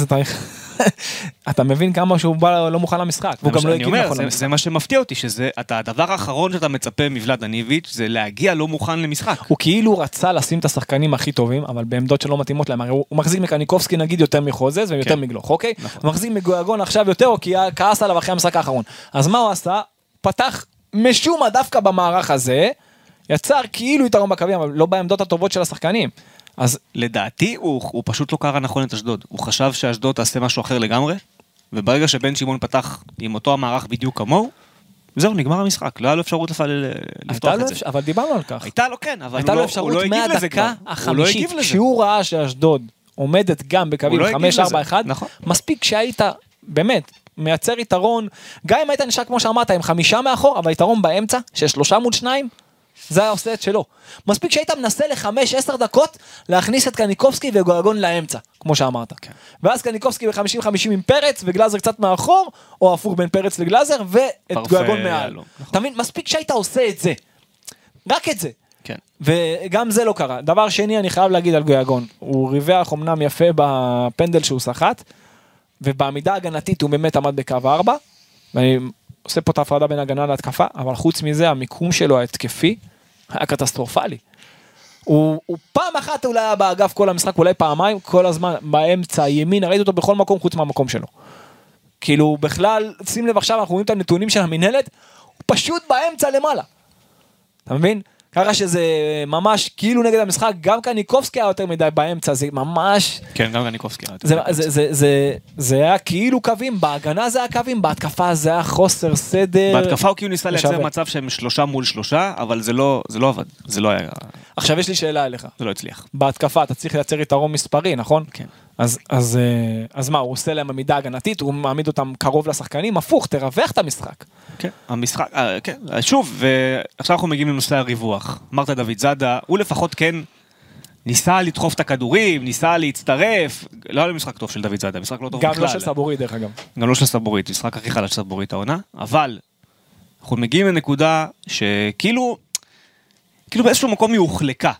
C: אתה מבין כמה שהוא בא לא מוכן למשחק, והוא גם לא הגיע נכון למשחק.
B: זה מה שמפתיע אותי, שזה הדבר האחרון שאתה מצפה מבלדניביץ' זה להגיע לא מוכן למשחק.
C: הוא כאילו רצה לשים את השחקנים הכי טובים, אבל בעמדות שלא מתאימות להם. הוא מחזיק מקניקובסקי נגיד יותר מחוזז ויותר מגלוך, אוקיי? הוא מחזיק מגויגון עכשיו יותר, או כי כעס עליו אחרי המשחק האחרון. אז מה הוא עשה? פתח משום מה דווקא במערך הזה, יצר כאילו יתרון בקווים, אבל לא בעמדות הטובות של השחקנים. אז
B: לדעתי הוא פשוט לא קרא נכון את אשדוד. הוא חשב שאשדוד תעשה משהו אחר לגמרי, וברגע שבן שמעון פתח עם אותו המערך בדיוק כמוהו, זהו, נגמר המשחק. לא היה לו אפשרות לפתוח את זה.
C: אבל דיברנו על כך.
B: הייתה לו כן, אבל
C: הייתה לו אפשרות מהדקה החמישית. כשהוא ראה שאשדוד עומדת גם בקווים 5-4-1, מספיק שהיית באמת מייצר יתרון, גם אם היית נשאר כמו שאמרת, עם 5 מאחור, אבל יתרון באמצע, של 3 מול 2,
D: זה היה עושה את שלו. מספיק שהיית מנסה ל5-10 דקות להכניס את קניקובסקי וגויגון לאמצע, כמו שאמרת. כן. ואז קניקובסקי ב-50-50 עם פרץ וגלאזר קצת מאחור, או הפוך בין פרץ לגלאזר, ואת גויגון מעל. אתה מבין? מספיק שהיית עושה את זה. רק את זה.
B: כן.
D: וגם זה לא קרה. דבר שני, אני חייב להגיד על גויגון. הוא ריווח אמנם יפה בפנדל שהוא שחט, ובעמידה הגנתית הוא באמת עמד בקו 4, ואני עושה פה את ההפרדה בין הגנה להתקפה, אבל חוץ מזה, המיקום שלו ההתקפי, היה קטסטרופלי. הוא פעם אחת אולי היה באגף כל המשחק, אולי פעמיים, כל הזמן באמצע, ימין, ראיתי אותו בכל מקום חוץ מהמקום שלו. כאילו בכלל, שים לב עכשיו, אנחנו רואים את הנתונים של המנהלת, הוא פשוט באמצע למעלה. אתה מבין? ככה שזה ממש כאילו נגד המשחק, גם קניקובסקי היה יותר מדי באמצע, זה ממש...
B: כן, גם קניקובסקי היה יותר
D: מדי. זה היה כאילו קווים, בהגנה זה היה קווים, בהתקפה זה היה חוסר סדר.
B: בהתקפה הוא כאילו ניסה לייצר מצב שהם 3 מול 3, אבל זה לא עבד, זה לא היה...
D: עכשיו יש לי שאלה אליך.
B: זה לא הצליח.
D: בהתקפה אתה צריך לייצר יתרון מספרי, נכון?
B: כן.
D: אז מה, הוא עושה להם עמידה הגנתית, הוא מעמיד אותם קרוב לשחקנים, הפוך, תרווח את המשחק.
B: כן, המשחק, כן, שוב, ועכשיו אנחנו מגיעים לנושא הריווח. אמרת דוד זאדה, הוא לפחות כן ניסה לדחוף את הכדורים, ניסה להצטרף, לא היה משחק טוב של דוד זאדה, משחק לא טוב בכלל.
D: גם לא של סבורית דרך אגב.
B: גם לא של סבורית, משחק הכי חלש של סבורית העונה, אבל אנחנו מגיעים לנקודה שכאילו באיזשהו מקום היא הוחלקה.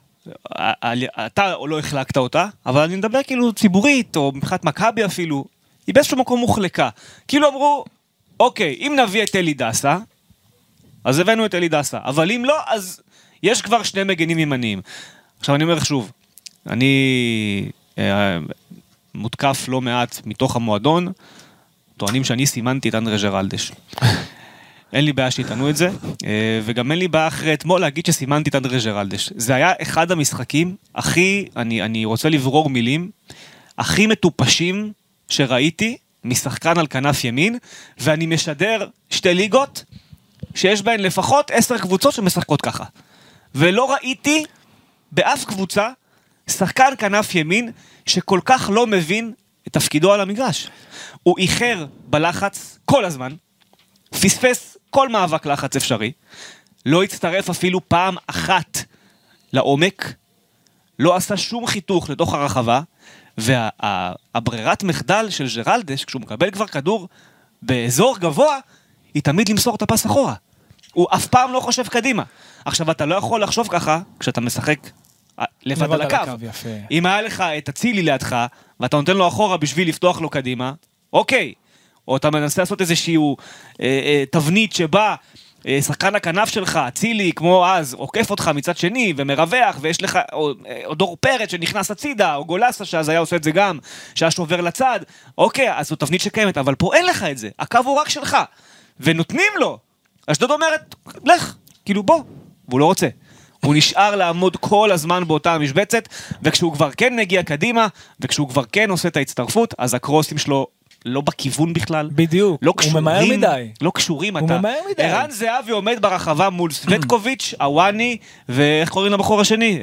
B: אתה או לא החלקת אותה, אבל אני מדבר כאילו ציבורית, או מבחינת מכבי אפילו, היא באיזשהו מקום מוחלקה. כאילו אמרו, אוקיי, אם נביא את אלי דסה, אז הבאנו את אלי דסה, אבל אם לא, אז יש כבר 2 מגנים ימניים. עכשיו אני אומר שוב, אני מותקף לא מעט מתוך המועדון, טוענים שאני סימנתי את אנדרי ג'רלדש. אין לי בעיה שיתנו את זה, וגם אין לי בעיה אחרי אתמול להגיד שסימנתי את אנדרי ג'רלדש. זה היה אחד המשחקים הכי, אני רוצה לברור מילים, הכי מטופשים שראיתי משחקן על כנף ימין, ואני משדר 2 ליגות שיש בהן לפחות 10 קבוצות שמשחקות ככה. ולא ראיתי באף קבוצה שחקן כנף ימין שכל כך לא מבין את תפקידו על המגרש. הוא איחר בלחץ כל הזמן, פספס כל מאבק לחץ אפשרי, לא הצטרף אפילו פעם אחת לעומק, לא עשה שום חיתוך לתוך הרחבה, והברירת מחדל של ג'רלדש, כשהוא מקבל כבר כדור באזור גבוה, היא תמיד למסור את הפס אחורה. הוא אף פעם לא חושב קדימה. עכשיו, אתה לא יכול לחשוב ככה, כשאתה משחק לבד על הקו. אם היה לך את הצילי לידך, ואתה נותן לו אחורה בשביל לפתוח לו קדימה, אוקיי. או אתה מנסה לעשות איזשהו תבנית שבה שחקן הכנף שלך, צילי, כמו אז, עוקף אותך מצד שני ומרווח, ויש לך, או דור פרץ שנכנס הצידה, או גולסה שאז היה עושה את זה גם, שהיה שובר לצד, אוקיי, אז זו תבנית שקיימת, אבל פה אין לך את זה, הקו הוא רק שלך, ונותנים לו, אשדוד אומרת, לך, כאילו בוא, והוא לא רוצה. הוא נשאר לעמוד כל הזמן באותה המשבצת, וכשהוא כבר כן מגיע קדימה, וכשהוא כבר כן עושה את ההצטרפות, אז הקרוסים שלו לא בכיוון בכלל.
D: בדיוק,
B: לא
D: הוא ממהר מדי.
B: לא קשורים,
D: הוא ממהר מדי.
B: ערן זהבי עומד ברחבה מול סווטקוביץ', אוואני, ואיך קוראים לבחור השני?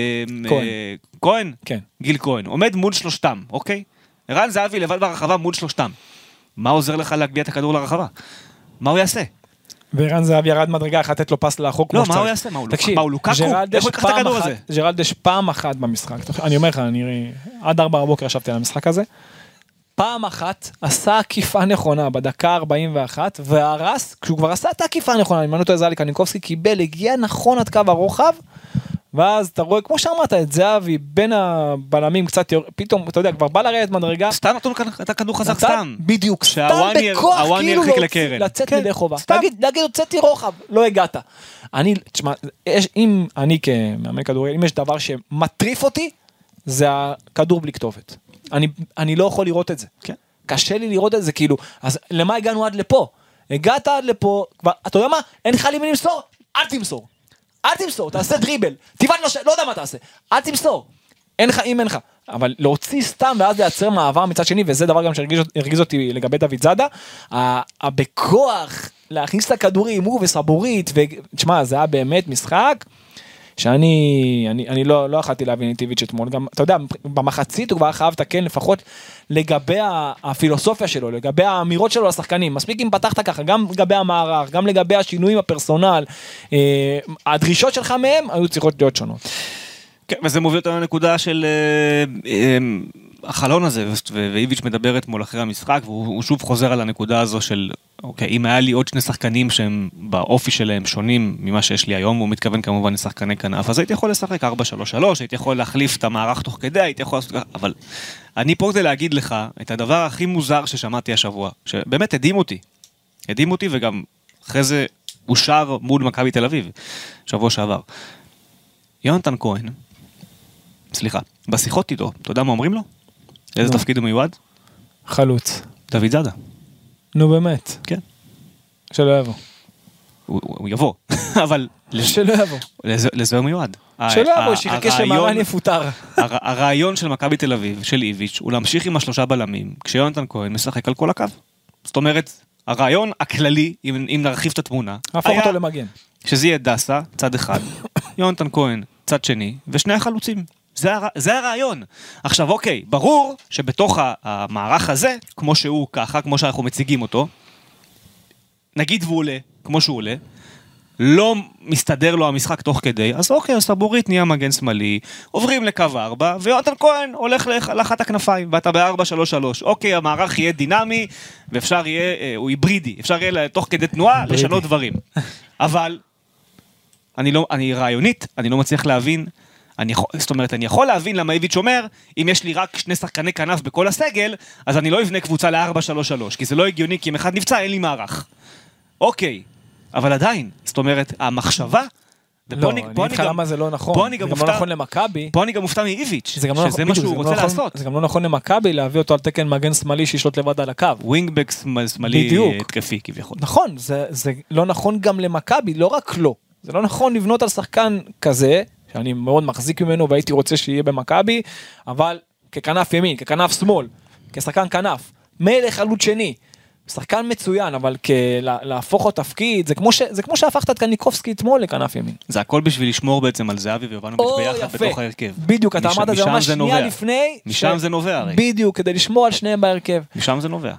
B: כהן?
D: כן.
B: גיל כהן. עומד מול שלושתם, אוקיי? ערן זהבי לבד ברחבה מול שלושתם. מה עוזר לך להגביה את הכדור לרחבה? מה הוא יעשה?
D: וערן זהבי ירד מדרגה, אחת לתת לו פס לאחור כמו
B: שצריך. לא, מה הוא יעשה? מה הוא לוקקו? איך הוא יקח את הכדור הזה?
D: ג'רלדש פעם אחת במשחק. אני אומר לך, עד 4 בבוקר ישבתי על המשחק הזה. פעם אחת עשה עקיפה נכונה בדקה 41, והרס, כשהוא כבר עשה את העקיפה הנכונה, אני מנו אותו זלי קניקובסקי, קיבל, הגיע נכון עד קו הרוחב, ואז אתה רואה, כמו שאמרת, את זהבי בין הבלמים קצת, פתאום, אתה יודע, כבר בא לרדת מדרגה.
B: סתם נתון את הכדור חזק סתם.
D: בדיוק, סתם בכוח, כאילו לצאת מידי חובה. להגיד, הוצאתי רוחב, לא הגעת. אני, תשמע, אם אני כמאמן כדורגל, אם יש דבר שמטריף אותי, זה הכדור בלי כתובת. אני לא יכול לראות את זה. כן. קשה לי לראות את זה, כאילו, אז למה הגענו עד לפה? הגעת עד לפה, כבר, אתה יודע מה? אין לך למי למסור? אל תמסור. אל תמסור, תעשה דריבל. תיבן לא יודע מה תעשה. אל תמסור. אין לך, אם אין לך. אבל להוציא סתם ואז לייצר מעבר מצד שני, וזה דבר גם שהרגיז אותי לגבי דוד זאדה, בכוח להכניס את הכדורים, הוא וסבורית, ותשמע, זה היה באמת משחק שאני לא יכלתי להבין את איביץ' אתמול, גם, אתה יודע, במחצית הוא כבר חייב לתקן לפחות לגבי הפילוסופיה שלו, לגבי האמירות שלו לשחקנים, מספיק אם פתחת ככה, גם לגבי המערך, גם לגבי השינויים הפרסונל, הדרישות שלך מהם היו צריכות להיות שונות.
B: כן, וזה מוביל אותנו לנקודה של החלון הזה, ואיביץ' מדבר אתמול אחרי המשחק, והוא שוב חוזר על הנקודה הזו של, אוקיי, אם היה לי עוד שני שחקנים שהם באופי שלהם שונים ממה שיש לי היום, הוא מתכוון כמובן לשחקני כנף, אז הייתי יכול לשחק 4-3-3, הייתי יכול להחליף את המערך תוך כדי, הייתי יכול לעשות ככה, אבל אני פה כדי להגיד לך את הדבר הכי מוזר ששמעתי השבוע, שבאמת הדהים אותי, וגם אחרי זה אושר מול מכבי תל אביב, שבוע שעבר. יונתן כהן, סליחה, בשיחות איתו, אתה יודע מה אומרים לו? איזה תפקיד הוא מיועד?
D: חלוץ.
B: דוד זאדה.
D: נו באמת.
B: כן.
D: שלא יבוא.
B: הוא יבוא, אבל...
D: שלא יבוא.
B: לזה הוא מיועד.
D: שלא יבוא, שיחכה שמרן יפוטר.
B: הרעיון של מכבי תל אביב, של איביץ', הוא להמשיך עם השלושה בלמים, כשיונתן כהן משחק על כל הקו. זאת אומרת, הרעיון הכללי, אם נרחיב את התמונה,
D: הפוך אותו למגן.
B: שזה יהיה דסה, צד אחד, יונתן כהן, צד שני, ושני החלוצים. זה הרעיון. עכשיו, אוקיי, ברור שבתוך המערך הזה, כמו שהוא ככה, כמו שאנחנו מציגים אותו, נגיד והוא עולה, כמו שהוא עולה, לא מסתדר לו המשחק תוך כדי, אז אוקיי, אז סבורית נהיה מגן שמאלי, עוברים לקו 4, ויונתן כהן הולך לאחת הכנפיים, ואתה ב-4-3-3. אוקיי, המערך יהיה דינמי, ואפשר יהיה, הוא היברידי, אפשר יהיה תוך כדי תנועה לשנות דברים. אבל, אני רעיונית, אני לא מצליח להבין, זאת אומרת, אני יכול להבין למה איביץ' אומר, אם יש לי רק שני שחקני כנף בכל הסגל, אז אני לא אבנה קבוצה ל-4-3-3, כי זה לא הגיוני, כי אם אחד נפצע, אין לי מערך. אוקיי, אבל עדיין, זאת אומרת, המחשבה,
D: לא, אני אגיד לך למה זה לא נכון, זה גם לא נכון למכבי.
B: פה אני גם מופתע מאיביץ', שזה מה שהוא רוצה לעשות.
D: זה גם לא נכון למכבי, להביא אותו על תקן מגן שמאלי שישלוט לבד על הקו.
B: ווינגבק שמאלי התקפי כביכול.
D: נכון, זה לא נכון גם למכבי, לא רק לא. זה לא נכון לבנות על שחקן כזה, שאני מאוד מחזיק ממנו והייתי רוצה שיהיה במכבי, אבל ככנף ימין, ככנף שמאל, כשחקן כנף, מלך חלוץ שני, שחקן מצוין, אבל להפוך את תפקיד, זה כמו שהפכת את קניקובסקי אתמול לכנף ימין.
B: זה הכל בשביל לשמור בעצם על זהבי ויובנוביץ' ביחד בתוך ההרכב.
D: בדיוק, אתה אמרת זה ממש שנייה לפני.
B: משם זה נובע הרי.
D: בדיוק, כדי לשמור על שניהם בהרכב.
B: משם זה נובע.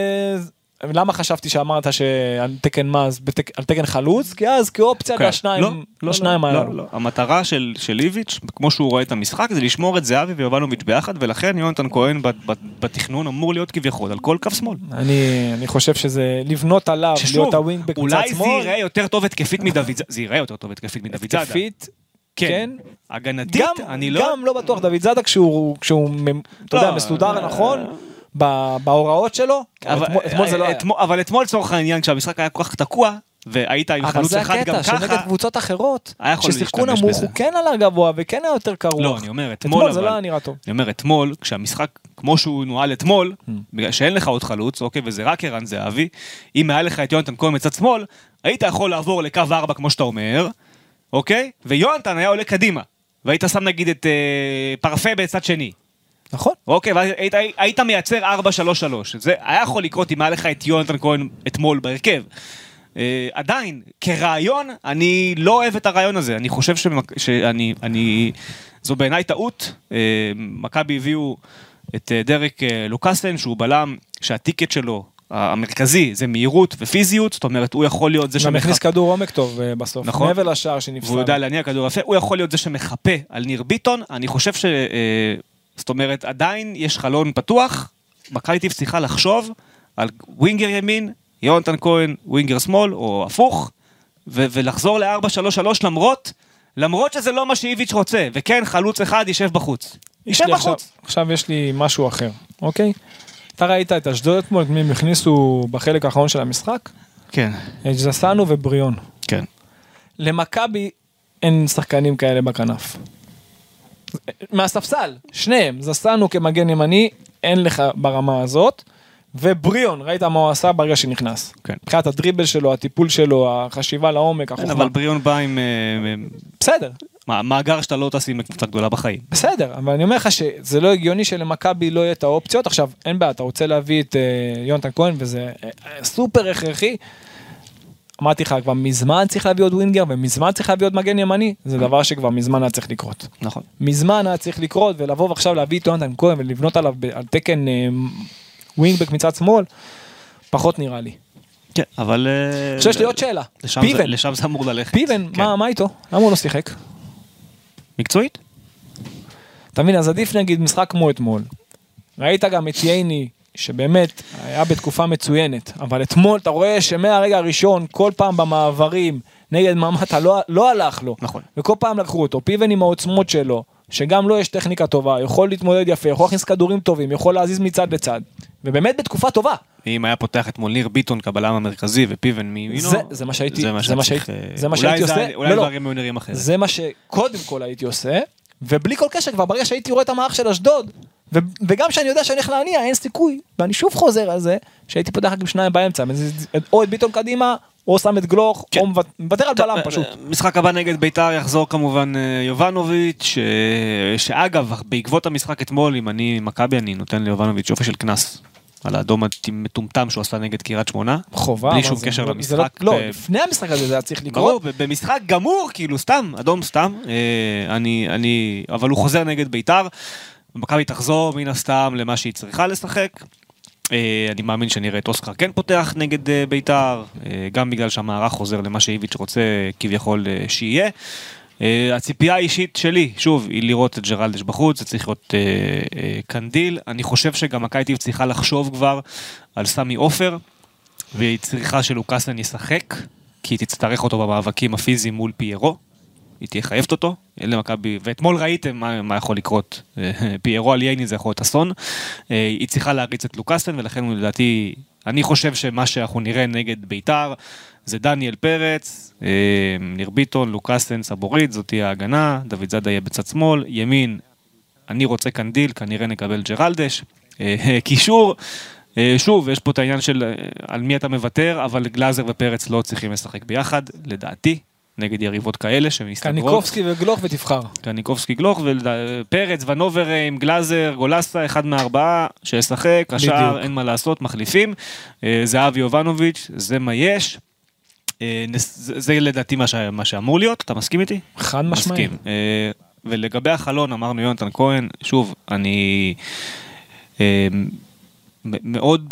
D: למה חשבתי שאמרת שעל תקן מאז, על תקן חלוץ? כי אז כאופציה לשניים הללו.
B: לא. המטרה של איביץ', כמו שהוא רואה את המשחק, זה לשמור את זהבי ויובנוביץ' ביחד, ולכן יונתן כהן בתכנון אמור להיות כביכול על כל קו שמאל.
D: אני חושב שזה לבנות עליו, להיות הווינג בקבוצת שמאל.
B: אולי זה יראה יותר טוב התקפית מדוד זאדה. זה יראה יותר טוב התקפית מדוד זאדה.
D: התקפית,
B: כן. הגנתית, אני לא...
D: גם לא בטוח דוד זאדה כשהוא, אתה יודע, מסודר נכון. בהוראות שלו,
B: אבל אתמול צורך העניין, כשהמשחק היה כל כך תקוע, והיית עם חלוץ אחד גם ככה,
D: שנגד קבוצות אחרות, ששיחקו נמוך, הוא כן עלה גבוה, וכן היה יותר קרוח.
B: לא, אני אומר, אתמול
D: זה לא היה נראה טוב.
B: אני אומר, אתמול, כשהמשחק, כמו שהוא נועל אתמול, בגלל שאין לך עוד חלוץ, אוקיי, וזה רק ערן זהבי, אם היה לך את יונתן כהן מצד שמאל, היית יכול לעבור לקו 4, כמו שאתה אומר, אוקיי, ויונתן היה עולה קדימה, והיית שם נגיד את פרפה בצד שני.
D: נכון.
B: אוקיי, והיית מייצר 4-3-3. זה היה יכול לקרות אם היה לך את יונתן כהן אתמול בהרכב. עדיין, כרעיון, אני לא אוהב את הרעיון הזה. אני חושב זו בעיניי טעות. מכבי הביאו את דרק לוקאסן, שהוא בלם, שהטיקט שלו, המרכזי, זה מהירות ופיזיות, זאת אומרת, הוא יכול להיות זה
D: שמחפה. הוא מכניס כדור עומק טוב בסוף.
B: נכון.
D: מעבר לשער שנפסל.
B: והוא יודע להניע כדור יפה. הוא יכול להיות זה שמחפה על ניר ביטון. אני חושב זאת אומרת, עדיין יש חלון פתוח, מכבי צריכה לחשוב על ווינגר ימין, יונתן כהן, ווינגר שמאל, או הפוך, ולחזור ל-4-3-3 למרות שזה לא מה שאיביץ' רוצה, וכן, חלוץ אחד יישב בחוץ. יישב בחוץ.
D: עכשיו יש לי משהו אחר, אוקיי? אתה ראית את אשדוד אתמול, את מי הם הכניסו בחלק האחרון של המשחק?
B: כן.
D: את זסנו ובריון.
B: כן.
D: למכבי אין שחקנים כאלה בכנף. מהספסל, שניהם, זסנו כמגן ימני, אין לך ברמה הזאת, ובריון, ראית מה הוא עשה ברגע שנכנס. מבחינת הדריבל שלו, הטיפול שלו, החשיבה לעומק, החוכמה.
B: אבל בריון בא עם...
D: בסדר.
B: מאגר שאתה לא תשים קבוצה גדולה בחיים.
D: בסדר, אבל אני אומר לך שזה לא הגיוני שלמכבי לא יהיה את האופציות. עכשיו, אין בעיה, אתה רוצה להביא את יונתן כהן, וזה סופר הכרחי, אמרתי לך, כבר מזמן צריך להביא עוד ווינגר, ומזמן צריך להביא עוד מגן ימני, זה דבר שכבר מזמן היה צריך לקרות.
B: נכון.
D: מזמן היה צריך לקרות, ולבוא ועכשיו להביא את יונתן כהן, ולבנות עליו על תקן ווינגבק מצד שמאל, פחות נראה לי.
B: כן, אבל...
D: עכשיו יש לי עוד שאלה. פיבן.
B: לשם זה אמור ללכת.
D: פיבן, מה איתו? למה הוא לא שיחק?
B: מקצועית?
D: אתה מבין, אז עדיף נגיד משחק כמו אתמול. ראית גם את ייני, שבאמת היה בתקופה מצוינת, אבל אתמול אתה רואה שמהרגע הראשון, כל פעם במעברים, נגד ממטה, לא הלך לו.
B: נכון.
D: וכל פעם לקחו אותו. פיבן עם העוצמות שלו, שגם לו יש טכניקה טובה, יכול להתמודד יפה, יכול להכניס כדורים טובים, יכול להזיז מצד לצד. ובאמת בתקופה טובה.
B: אם היה פותח אתמול ניר ביטון כבלם המרכזי ופיבן מימינו,
D: זה מה שהייתי עושה.
B: אולי דברים היו נראים אחרת.
D: זה מה שקודם כל הייתי עושה, ובלי כל קשר כבר ברגע שהייתי רואה את המערך של אשדוד, וגם שאני יודע שאני הולך להניע, אין סיכוי, ואני שוב חוזר על זה, שהייתי פותח רק עם שניים באמצע, או את ביטון קדימה, או שם את גלוך, או מוותר על בלם פשוט.
B: משחק הבא נגד ביתר יחזור כמובן יובנוביץ', שאגב, בעקבות המשחק אתמול, אם אני מכבי, אני נותן ליובנוביץ' יופי של כנס. על האדום המטומטם שהוא עשה נגד קריית שמונה.
D: חובה.
B: בלי שום קשר למשחק.
D: לא, לפני המשחק הזה זה היה צריך לקרות.
B: ברור, במשחק גמור, כאילו סתם, אדום סתם. אבל הוא חוזר נגד ביתר. מכבי תחזור מן הסתם למה שהיא צריכה לשחק. אני מאמין שנראה את אוסקר כן פותח נגד ביתר. גם בגלל שהמערך חוזר למה שאיביץ' רוצה כביכול שיהיה. הציפייה האישית שלי, שוב, היא לראות את ג'רלדש בחוץ, זה צריך להיות קנדיל. אני חושב שגם מכבי צריכה לחשוב כבר על סמי עופר, והיא צריכה שלוקאסן ישחק, כי היא תצטרך אותו במאבקים הפיזיים מול פיירו, היא תהיה חייבת אותו, אלה מכבי, ואתמול ראיתם מה יכול לקרות, פיירו על ייני זה יכול להיות אסון, היא צריכה להריץ את לוקאסן, ולכן לדעתי, אני חושב שמה שאנחנו נראה נגד ביתר, זה דניאל פרץ, ניר ביטון, לוקאסן, סבורית, זאת תהיה ההגנה, דוד זאדה יהיה בצד שמאל, ימין, אני רוצה קנדיל, כנראה נקבל ג'רלדש, קישור, שוב, יש פה את העניין של על מי אתה מוותר, אבל גלאזר ופרץ לא צריכים לשחק ביחד, לדעתי, נגד יריבות כאלה שמסתגרות.
D: קניקובסקי וגלוך ותבחר.
B: קניקובסקי גלוך ופרץ ונובר עם גלאזר, גולסה, אחד מהארבעה שישחק, השאר אין מה לעשות, מחליפים, זהבי יובנוביץ', זה מה יש. זה לדעתי מה שאמור להיות, אתה מסכים איתי?
D: חד משמעי.
B: מסכים. ולגבי החלון, אמרנו יונתן כהן, שוב, אני מאוד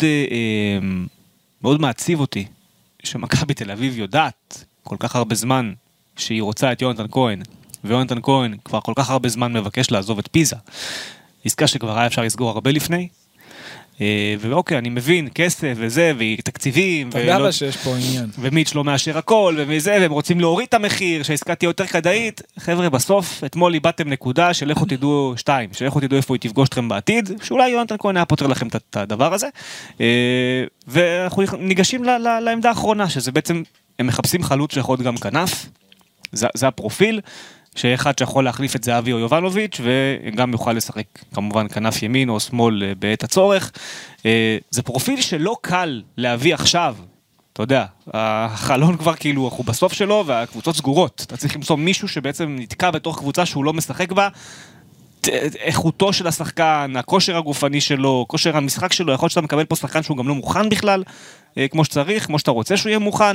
B: מעציב אותי, שמכבי תל אביב יודעת כל כך הרבה זמן שהיא רוצה את יונתן כהן, ויונתן כהן כבר כל כך הרבה זמן מבקש לעזוב את פיזה. עסקה שכבר היה אפשר לסגור הרבה לפני, ואוקיי, אני מבין, כסף וזה, ותקציבים,
D: אתה יודע שיש פה עניין.
B: ומיץ' לא מאשר הכל, וזה, והם רוצים להוריד את המחיר, שהעסקה תהיה יותר כדאית. חבר'ה, בסוף, אתמול איבדתם נקודה, שלכו תדעו 2, שלכו תדעו איפה היא תפגוש אתכם בעתיד, שאולי יונתן כהן היה פותר לכם את הדבר הזה, ואנחנו ניגשים לעמדה האחרונה, שזה בעצם, הם מחפשים חלוץ שיכול להיות גם כנף, זה הפרופיל, שאחד שיכול להחליף את זהבי או יובנוביץ' וגם יוכל לשחק כמובן כנף ימין או שמאל בעת הצורך. זה פרופיל שלא קל להביא עכשיו, אתה יודע, החלון כבר כאילו אנחנו בסוף שלו והקבוצות סגורות, אתה צריך למצוא מישהו שבעצם נתקע בתוך קבוצה שהוא לא משחק בה, איכותו של השחקן, הכושר הגופני שלו, כושר המשחק שלו, יכול להיות שאתה מקבל פה שחקן שהוא גם לא מוכן בכלל, כמו שצריך, כמו שאתה רוצה שהוא יהיה מוכן.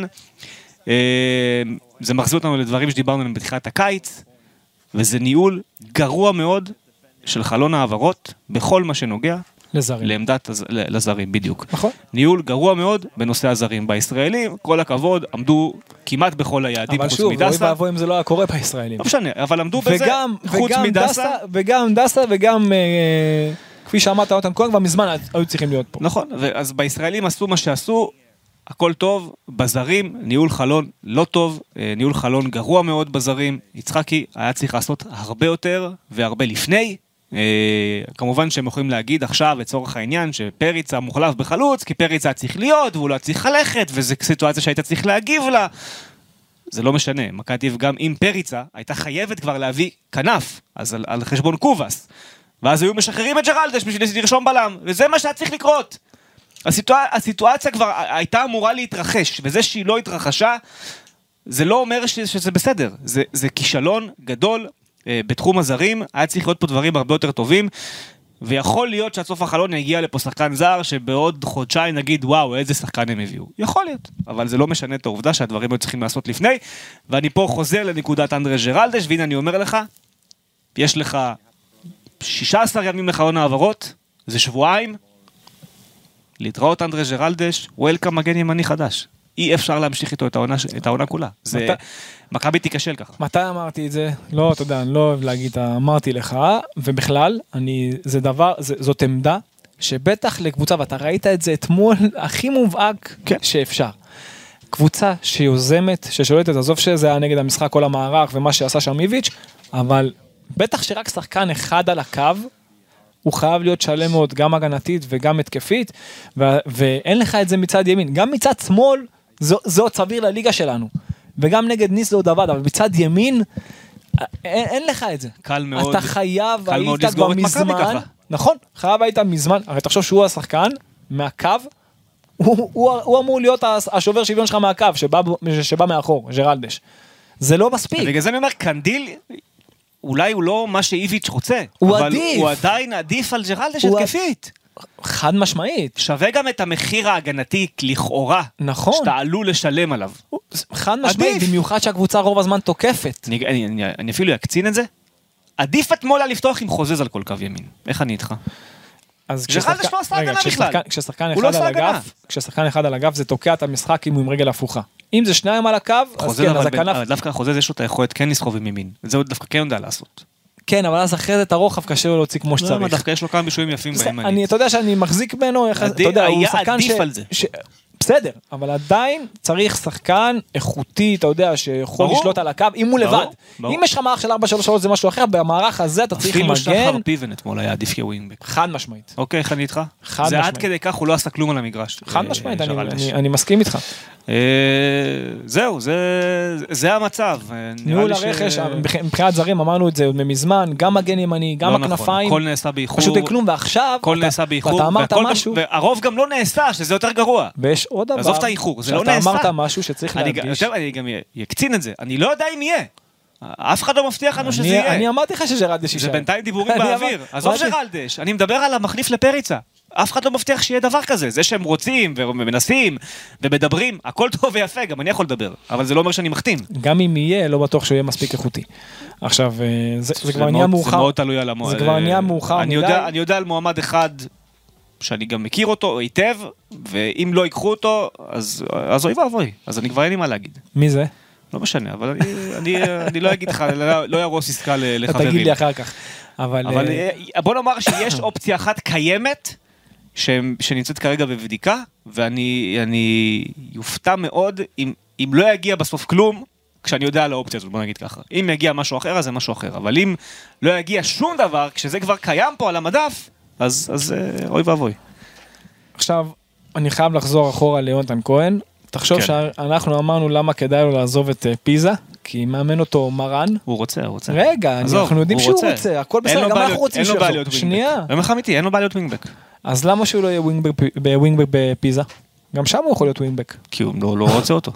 B: זה מחזיר אותנו לדברים שדיברנו עליהם בתחילת הקיץ, וזה ניהול גרוע מאוד של חלון העברות בכל מה שנוגע
D: לזרים.
B: לעמדת לזרים, בדיוק.
D: נכון.
B: ניהול גרוע מאוד בנושא הזרים. בישראלים, כל הכבוד, עמדו כמעט בכל היעדים חוץ מדסה.
D: אבל שוב, אוי ואבוי אם זה לא היה קורה בישראלים.
B: לא משנה, אבל עמדו בזה חוץ מדסה.
D: וגם דסה וגם, כפי שאמרת אותם כהן, כבר מזמן היו צריכים להיות פה.
B: נכון, אז בישראלים עשו מה שעשו, הכל טוב, בזרים, ניהול חלון לא טוב, ניהול חלון גרוע מאוד בזרים, יצחקי היה צריך לעשות הרבה יותר והרבה לפני, כמובן שהם יכולים להגיד עכשיו לצורך העניין שפריצה מוחלף בחלוץ, כי פריצה צריך להיות והוא לא צריך ללכת, וזו סיטואציה שהיית צריך להגיב לה, זה לא משנה, מכבי גם עם פריצה הייתה חייבת כבר להביא כנף, אז על חשבון קובס, ואז היו משחררים את ג'רלדש בשביל לרשום בלם, וזה מה שהיה צריך לקרות. הסיטואציה כבר הייתה אמורה להתרחש, וזה שהיא לא התרחשה, זה לא אומר שזה בסדר, זה כישלון גדול בתחום הזרים, היה צריך להיות פה דברים הרבה יותר טובים, ויכול להיות שעד סוף החלון יגיע לפה שחקן זר, שבעוד חודשיים נגיד, וואו, איזה שחקן הם הביאו. יכול להיות, אבל זה לא משנה את העובדה שהדברים היו צריכים לעשות לפני, ואני פה חוזר לנקודת אנדרה ג'רלדש, והנה אני אומר לך, יש לך 16 ימים לחלון העברות, זה שבועיים, להתראות אנדרה ג'רלדש, וולקאם מגן ימני חדש. אי אפשר להמשיך איתו את העונה כולה. זה, מכבי תיכשל ככה.
D: מתי אמרתי את זה? לא, אתה יודע, אני לא אוהב להגיד, אמרתי לך, ובכלל, זה דבר, זאת עמדה, שבטח לקבוצה, ואתה ראית את זה אתמול, הכי מובהק שאפשר. קבוצה שיוזמת, ששולטת, עזוב שזה היה נגד המשחק, כל המערך, ומה שעשה שם איביץ', אבל בטח שרק שחקן אחד על הקו, הוא חייב להיות שלם מאוד, גם הגנתית וגם התקפית, ואין לך את זה מצד ימין. גם מצד שמאל, זה עוד סביר לליגה שלנו. וגם נגד ניס זה עוד עבד, אבל מצד ימין, אין לך את זה.
B: קל מאוד.
D: אתה חייב,
B: קל מאוד לסגור את מכבי ככה.
D: נכון, חייב היית מזמן, הרי תחשוב שהוא השחקן, מהקו, הוא אמור להיות השובר שוויון שלך מהקו, שבא מאחור, ג'רלדש. זה לא מספיק.
B: בגלל זה אני אומר, קנדיל, אולי הוא לא מה שאיביץ' רוצה, אבל הוא עדיין עדיף על ג'רלדש התקפית.
D: חד משמעית.
B: שווה גם את המחיר ההגנתי לכאורה,
D: נכון.
B: שאתה עלול לשלם עליו.
D: חד משמעית, במיוחד שהקבוצה רוב הזמן תוקפת.
B: אני אפילו יקצין את זה. עדיף את מולה לפתוח עם חוזז על כל קו ימין. איך אני איתך?
D: ג'רלדש
B: לא עשה הגנה בכלל.
D: כששחקן אחד על הגף זה תוקע את המשחק אם הוא עם רגל הפוכה. אם זה שניים על הקו, אז כן, אז הכנף...
B: דווקא החוזז יש לו את היכולת כן לסחוב עם ימין. זה הוא דווקא כן יודע לעשות.
D: כן, אבל אז אחרי זה את הרוחב קשה לו להוציא כמו שצריך.
B: דווקא יש לו כמה בישולים יפים בימנית.
D: אתה יודע שאני מחזיק ממנו, אתה יודע, הוא שחקן
B: עדיף על זה.
D: בסדר, אבל עדיין צריך שחקן איכותי, אתה יודע, שיכול לשלוט על הקו, אם הוא לבד. אם יש לך מערך של 4-3-3 זה משהו אחר, במערך הזה אתה צריך מגן. אפילו שחר
B: פיבן אתמול היה עדיף כווינגבק.
D: חד משמעית.
B: אוקיי, איך אני איתך?
D: חד משמעית.
B: זה עד כדי כך, הוא לא עשה כלום על המגרש.
D: חד משמעית, אני מסכים איתך.
B: זהו, זה המצב.
D: ניהול הרכש, מבחינת זרים אמרנו את זה עוד מזמן, גם מגן ימני, גם הכנפיים.
B: הכל נעשה באיחור.
D: פשוט כלום, ועכשיו,
B: ואתה
D: אמרת משהו.
B: והרוב גם לא נעשה, שזה יותר גרוע.
D: ויש עוד דבר.
B: עזוב את האיחור, זה לא נעשה.
D: שאתה אמרת משהו שצריך להדגיש.
B: אני גם יקצין את זה. אני לא יודע אם יהיה. אף אחד לא מבטיח לנו שזה יהיה.
D: אני אמרתי לך שג'רלדש יישאר.
B: זה בינתיים דיבורים באוויר. עזוב ג'רלדש, אני מדבר על המחליף לפריצה. אף אחד לא מבטיח שיהיה דבר כזה. זה שהם רוצים ומנסים ומדברים, הכל טוב ויפה, גם אני יכול לדבר. אבל זה לא אומר שאני מחתים.
D: גם אם יהיה, לא בטוח שהוא יהיה מספיק איכותי. עכשיו, זה כבר נהיה מאוחר.
B: זה מאוד תלוי על המועד.
D: זה כבר נהיה מאוחר מדי.
B: אני יודע על מועמד אחד שאני גם מכיר אותו היטב, ואם לא ייקחו אותו, אז אוי ואבוי. אז אני כבר אין לי מה להגיד.
D: מי זה?
B: לא משנה, אבל אני לא אגיד לך, לא ירוס עסקה לחברים.
D: תגיד לי אחר כך. אבל
B: בוא נאמר שיש אופציה אחת קיימת, שנמצאת כרגע בבדיקה, ואני יופתע מאוד אם לא יגיע בסוף כלום, כשאני יודע על האופציה הזאת, בוא נגיד ככה. אם יגיע משהו אחר, אז זה משהו אחר. אבל אם לא יגיע שום דבר, כשזה כבר קיים פה על המדף, אז אוי ואבוי.
D: עכשיו, אני חייב לחזור אחורה ליונתן כהן. תחשוב שאנחנו אמרנו למה כדאי לו לעזוב את פיזה, כי מאמן אותו מרן.
B: הוא רוצה.
D: רגע, אנחנו יודעים שהוא רוצה, הכל בסדר, גם אנחנו רוצים שהוא יחזור. שנייה.
B: אין לך אמיתי, אין לו בעיה להיות ווינגבק.
D: אז למה שהוא לא יהיה ווינגבק בפיזה? גם שם הוא יכול להיות ווינגבק.
B: כי הוא לא רוצה אותו.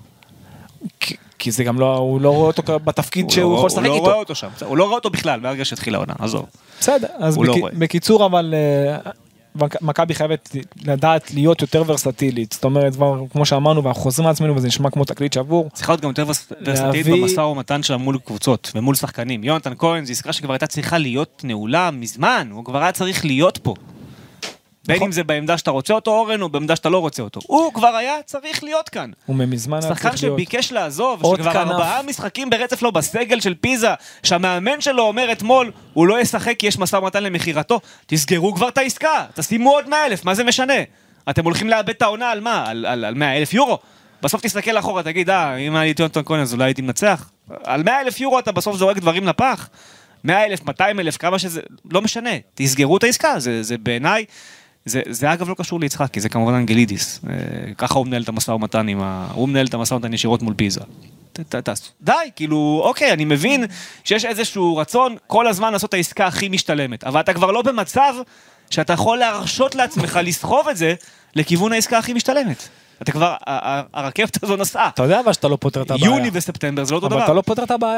D: כי זה גם לא, הוא לא רואה אותו בתפקיד שהוא יכול לשחק איתו.
B: הוא לא רואה אותו שם, הוא לא רואה אותו בכלל, מהרגע שהתחיל העונה, עזוב.
D: בסדר, אז בקיצור אבל... מכבי חייבת לדעת להיות יותר ורסטילית, זאת אומרת, כמו שאמרנו, ואנחנו חוזרים לעצמנו, וזה נשמע כמו תקליט שבור.
B: צריכה להיות גם יותר ורסטילית במשא ומתן שלה מול קבוצות, ומול שחקנים. יונתן כהן, זו עסקה שכבר הייתה צריכה להיות נעולה מזמן, הוא כבר היה צריך להיות פה. בין אם זה בעמדה שאתה רוצה אותו, אורן, או בעמדה שאתה לא רוצה אותו. הוא כבר היה צריך להיות כאן.
D: הוא ממזמן היה צריך להיות.
B: שחקן שביקש לעזוב, שכבר 4 משחקים ברצף לו בסגל של פיזה, שהמאמן שלו אומר אתמול, הוא לא ישחק כי יש משא ומתן למחירתו. תסגרו כבר את העסקה, תשימו עוד 100,000, מה זה משנה? אתם הולכים לאבד את העונה על מה? על 100,000 יורו? בסוף תסתכל אחורה, תגיד, אם היה לי יונתן כהן, אז אולי הייתי מנצח. על 100,000 יורו אתה בסוף זורק דברים לפח. 100,000, 200,000, כמה שזה, לא משנה. תסגרו את העסקה, זה בעיניי זה אגב לא קשור ליצחק, כי זה כמובן אנגלידיס. ככה הוא מנהל את המשא ומתן הוא מנהל את המשא ומתן ישירות מול פיזה. די, כאילו, אוקיי, אני מבין שיש איזשהו רצון כל הזמן לעשות את העסקה הכי משתלמת, אבל אתה כבר לא במצב שאתה יכול להרשות לעצמך לסחוב את זה לכיוון העסקה הכי משתלמת. אתה כבר, הרכבת הזו נסעה.
D: אתה יודע אבל שאתה לא פותר את הבעיה.
B: יוני וספטמבר, זה לא אותו דבר.
D: אבל אתה לא פותר את הבעיה.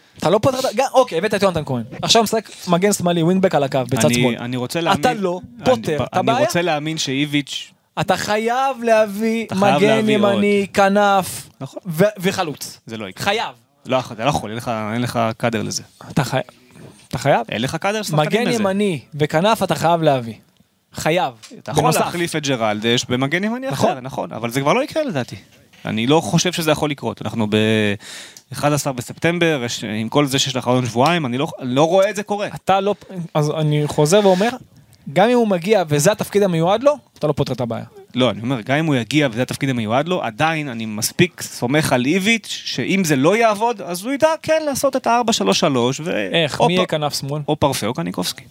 D: אתה לא פותר, אוקיי, הבאת את יונתן כהן. עכשיו משחק מגן שמאלי, ווינגבק על הקו, בצד שמאל.
B: אני רוצה להאמין...
D: אתה לא פותר את הבעיה.
B: אני רוצה להאמין שאיביץ'...
D: אתה חייב להביא מגן ימני, כנף וחלוץ.
B: זה לא יקרה.
D: חייב.
B: לא, אתה לא יכול, אין לך קאדר לזה.
D: אתה חייב?
B: אין לך קאדר שחקנים לזה.
D: מגן ימני וכנף אתה חייב להביא. חייב.
B: אתה יכול להחליף את ג'רלדש במגן ימני אחר, נכון, אבל זה כבר לא יקרה לדעתי. אני לא חושב שזה יכול לקרות. אנחנו ב-11 בספטמבר, עם כל זה שיש לך עוד שבועיים, אני לא רואה את זה קורה.
D: אתה לא, אז אני חוזר ואומר, גם אם הוא מגיע וזה התפקיד המיועד לו, אתה לא פותר את הבעיה.
B: לא, אני אומר, גם אם הוא יגיע וזה התפקיד המיועד לו, עדיין אני מספיק סומך על איביץ' שאם זה לא יעבוד, אז הוא ידע כן לעשות את ה-4-3-3
D: איך? מי יהיה כנף שמאל?
B: או פרפה או קניקובסקי.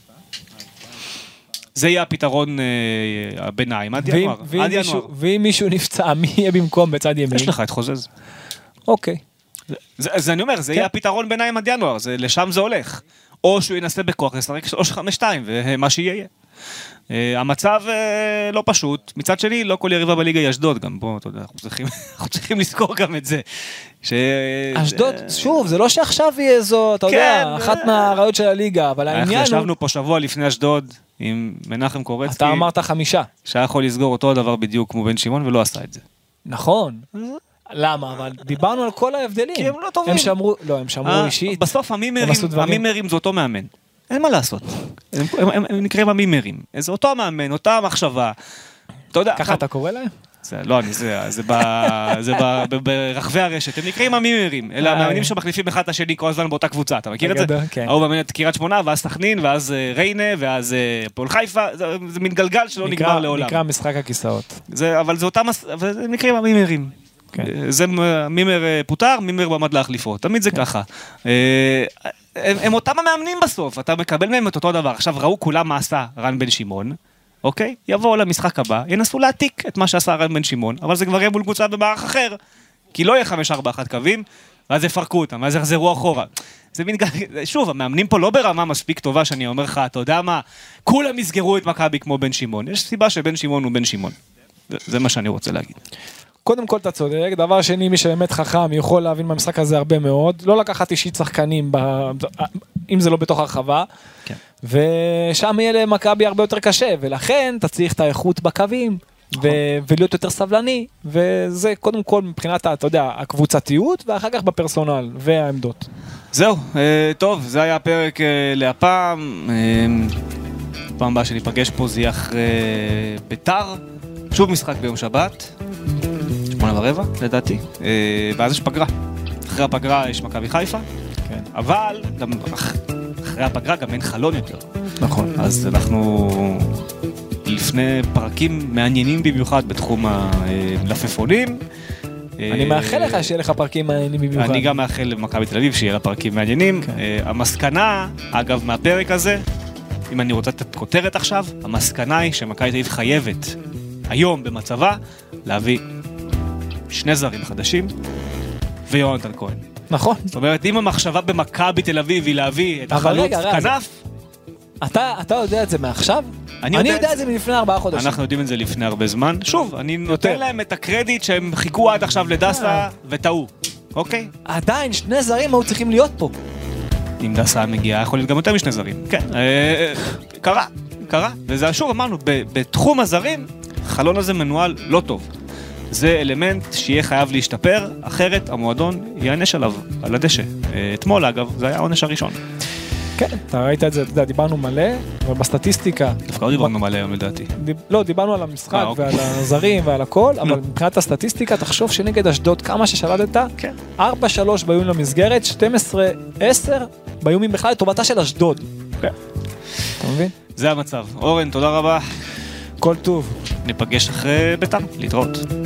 B: זה יהיה הפתרון הביניים, עד ינואר.
D: ואם מישהו נפצע, מי יהיה במקום בצד ימין?
B: יש לך את חוזז.
D: אוקיי.
B: זה אני אומר, זה יהיה הפתרון ביניים עד ינואר, לשם זה הולך. או שהוא ינסה בכוח, לשחק 3-5-2, ומה שיהיה. המצב לא פשוט, מצד שני, לא כל יריבה בליגה היא אשדוד, גם בוא, אתה יודע, אנחנו צריכים לזכור גם את זה.
D: אשדוד, שוב, זה לא שעכשיו יהיה זו, אתה יודע, אחת מהרעיות של הליגה, אבל העניין הוא...
B: ישבנו פה שבוע לפני אשדוד, עם מנחם קורצקי.
D: אתה אמרת 5.
B: שהיה יכול לסגור אותו הדבר בדיוק כמו בן שמעון, ולא עשה את זה.
D: נכון. למה? אבל דיברנו על כל ההבדלים.
B: כי הם לא טובים.
D: הם שמרו אישית.
B: בסוף המימרים זה אותו מאמן. אין מה לעשות. הם נקראים המימרים. זה אותו מאמן, אותה מחשבה. אתה יודע...
D: ככה אתה קורא להם?
B: לא, זה ברחבי הרשת. הם נקראים המימרים. אלה המאמנים שמחליפים אחד את השני כל הזמן באותה קבוצה. אתה מכיר את זה? הוא מאמן את קריית שמונה, ואז סכנין, ואז ריינה, ואז פועל חיפה. זה מין גלגל שלא נגמר לעולם.
D: נקרא משחק הכיסאות.
B: אבל זה אותם... הם נקראים המימרים. זה מימר פוטר, מימר במד להחליפו. תמיד זה ככה. הם אותם המאמנים בסוף, אתה מקבל מהם את אותו דבר. עכשיו ראו כולם מה עשה רן בן שמעון, אוקיי? יבואו למשחק הבא, ינסו להעתיק את מה שעשה רן בן שמעון, אבל זה כבר יהיה מול קבוצה במערך אחר, כי לא יהיה 5-4-1 קווים, ואז יפרקו אותם, ואז יחזרו אחורה. זה מין, שוב, המאמנים פה לא ברמה מספיק טובה שאני אומר לך, אתה יודע מה, כולם יסגרו את מכבי כמו בן שמעון. יש סיבה שבן שמעון הוא בן שמעון. זה מה שאני רוצה להגיד.
D: קודם כל אתה צודק, דבר שני, מי שבאמת חכם יכול להבין מהמשחק הזה הרבה מאוד, לא לקחת אישית שחקנים, אם זה לא בתוך הרחבה,
B: כן.
D: ושם יהיה למכבי הרבה יותר קשה, ולכן אתה צריך את האיכות בקווים, ולהיות יותר סבלני, וזה קודם כל מבחינת, אתה יודע, הקבוצתיות, ואחר כך בפרסונל והעמדות.
B: זהו, טוב, זה היה הפרק להפעם, פעם הבאה שניפגש פה זה יהיה אחרי ביתר, שוב משחק ביום שבת, 8:15 לדעתי, ואז יש פגרה. אחרי הפגרה יש מכבי חיפה, כן. אבל גם אחרי הפגרה גם אין חלון יותר.
D: נכון.
B: אז אנחנו לפני פרקים מעניינים במיוחד בתחום הלפפונים.
D: אני מאחל לך שיהיה לך פרקים מעניינים במיוחד.
B: אני גם מאחל למכבי תל אביב שיהיה לה פרקים מעניינים. כן. המסקנה, אגב, מהפרק הזה, אם אני רוצה לתת כותרת עכשיו, המסקנה היא שמכבי תל אביב חייבת היום במצבה להביא 2 זרים חדשים ויונתן כהן.
D: נכון.
B: זאת אומרת, אם המחשבה במכבי תל אביב היא להביא את החלוץ כנף...
D: אתה יודע את זה מעכשיו? אני יודע את זה מלפני 4 חודשים.
B: אנחנו יודעים את זה לפני הרבה זמן. שוב, אני נותן להם את הקרדיט שהם חיכו עד עכשיו לדסה וטעו. אוקיי?
D: עדיין 2 זרים היו צריכים להיות פה.
B: אם דסה מגיעה, יכול להיות גם יותר מ2 זרים. כן, קרה. וזה שוב, אמרנו, בתחום הזרים, החלון הזה מנוהל לא טוב. זה אלמנט שיהיה חייב להשתפר, אחרת המועדון יענש עליו, על הדשא. אתמול אגב, זה היה העונש הראשון.
D: כן, אתה ראית את זה, אתה יודע, דיברנו מלא, אבל בסטטיסטיקה...
B: דווקא לא דיברנו מלא היום לדעתי.
D: לא, דיברנו על המשחק ועל הזרים ועל הכל, אבל מבחינת הסטטיסטיקה, תחשוב שנגד אשדוד כמה ששלטת, 4-3 באיום למסגרת, 12-10 באיומים בכלל לטובתה של אשדוד. אתה מבין?
B: זה המצב. אורן, תודה רבה.
D: כל טוב.
B: ניפגש אחרי ביתר, להתראות.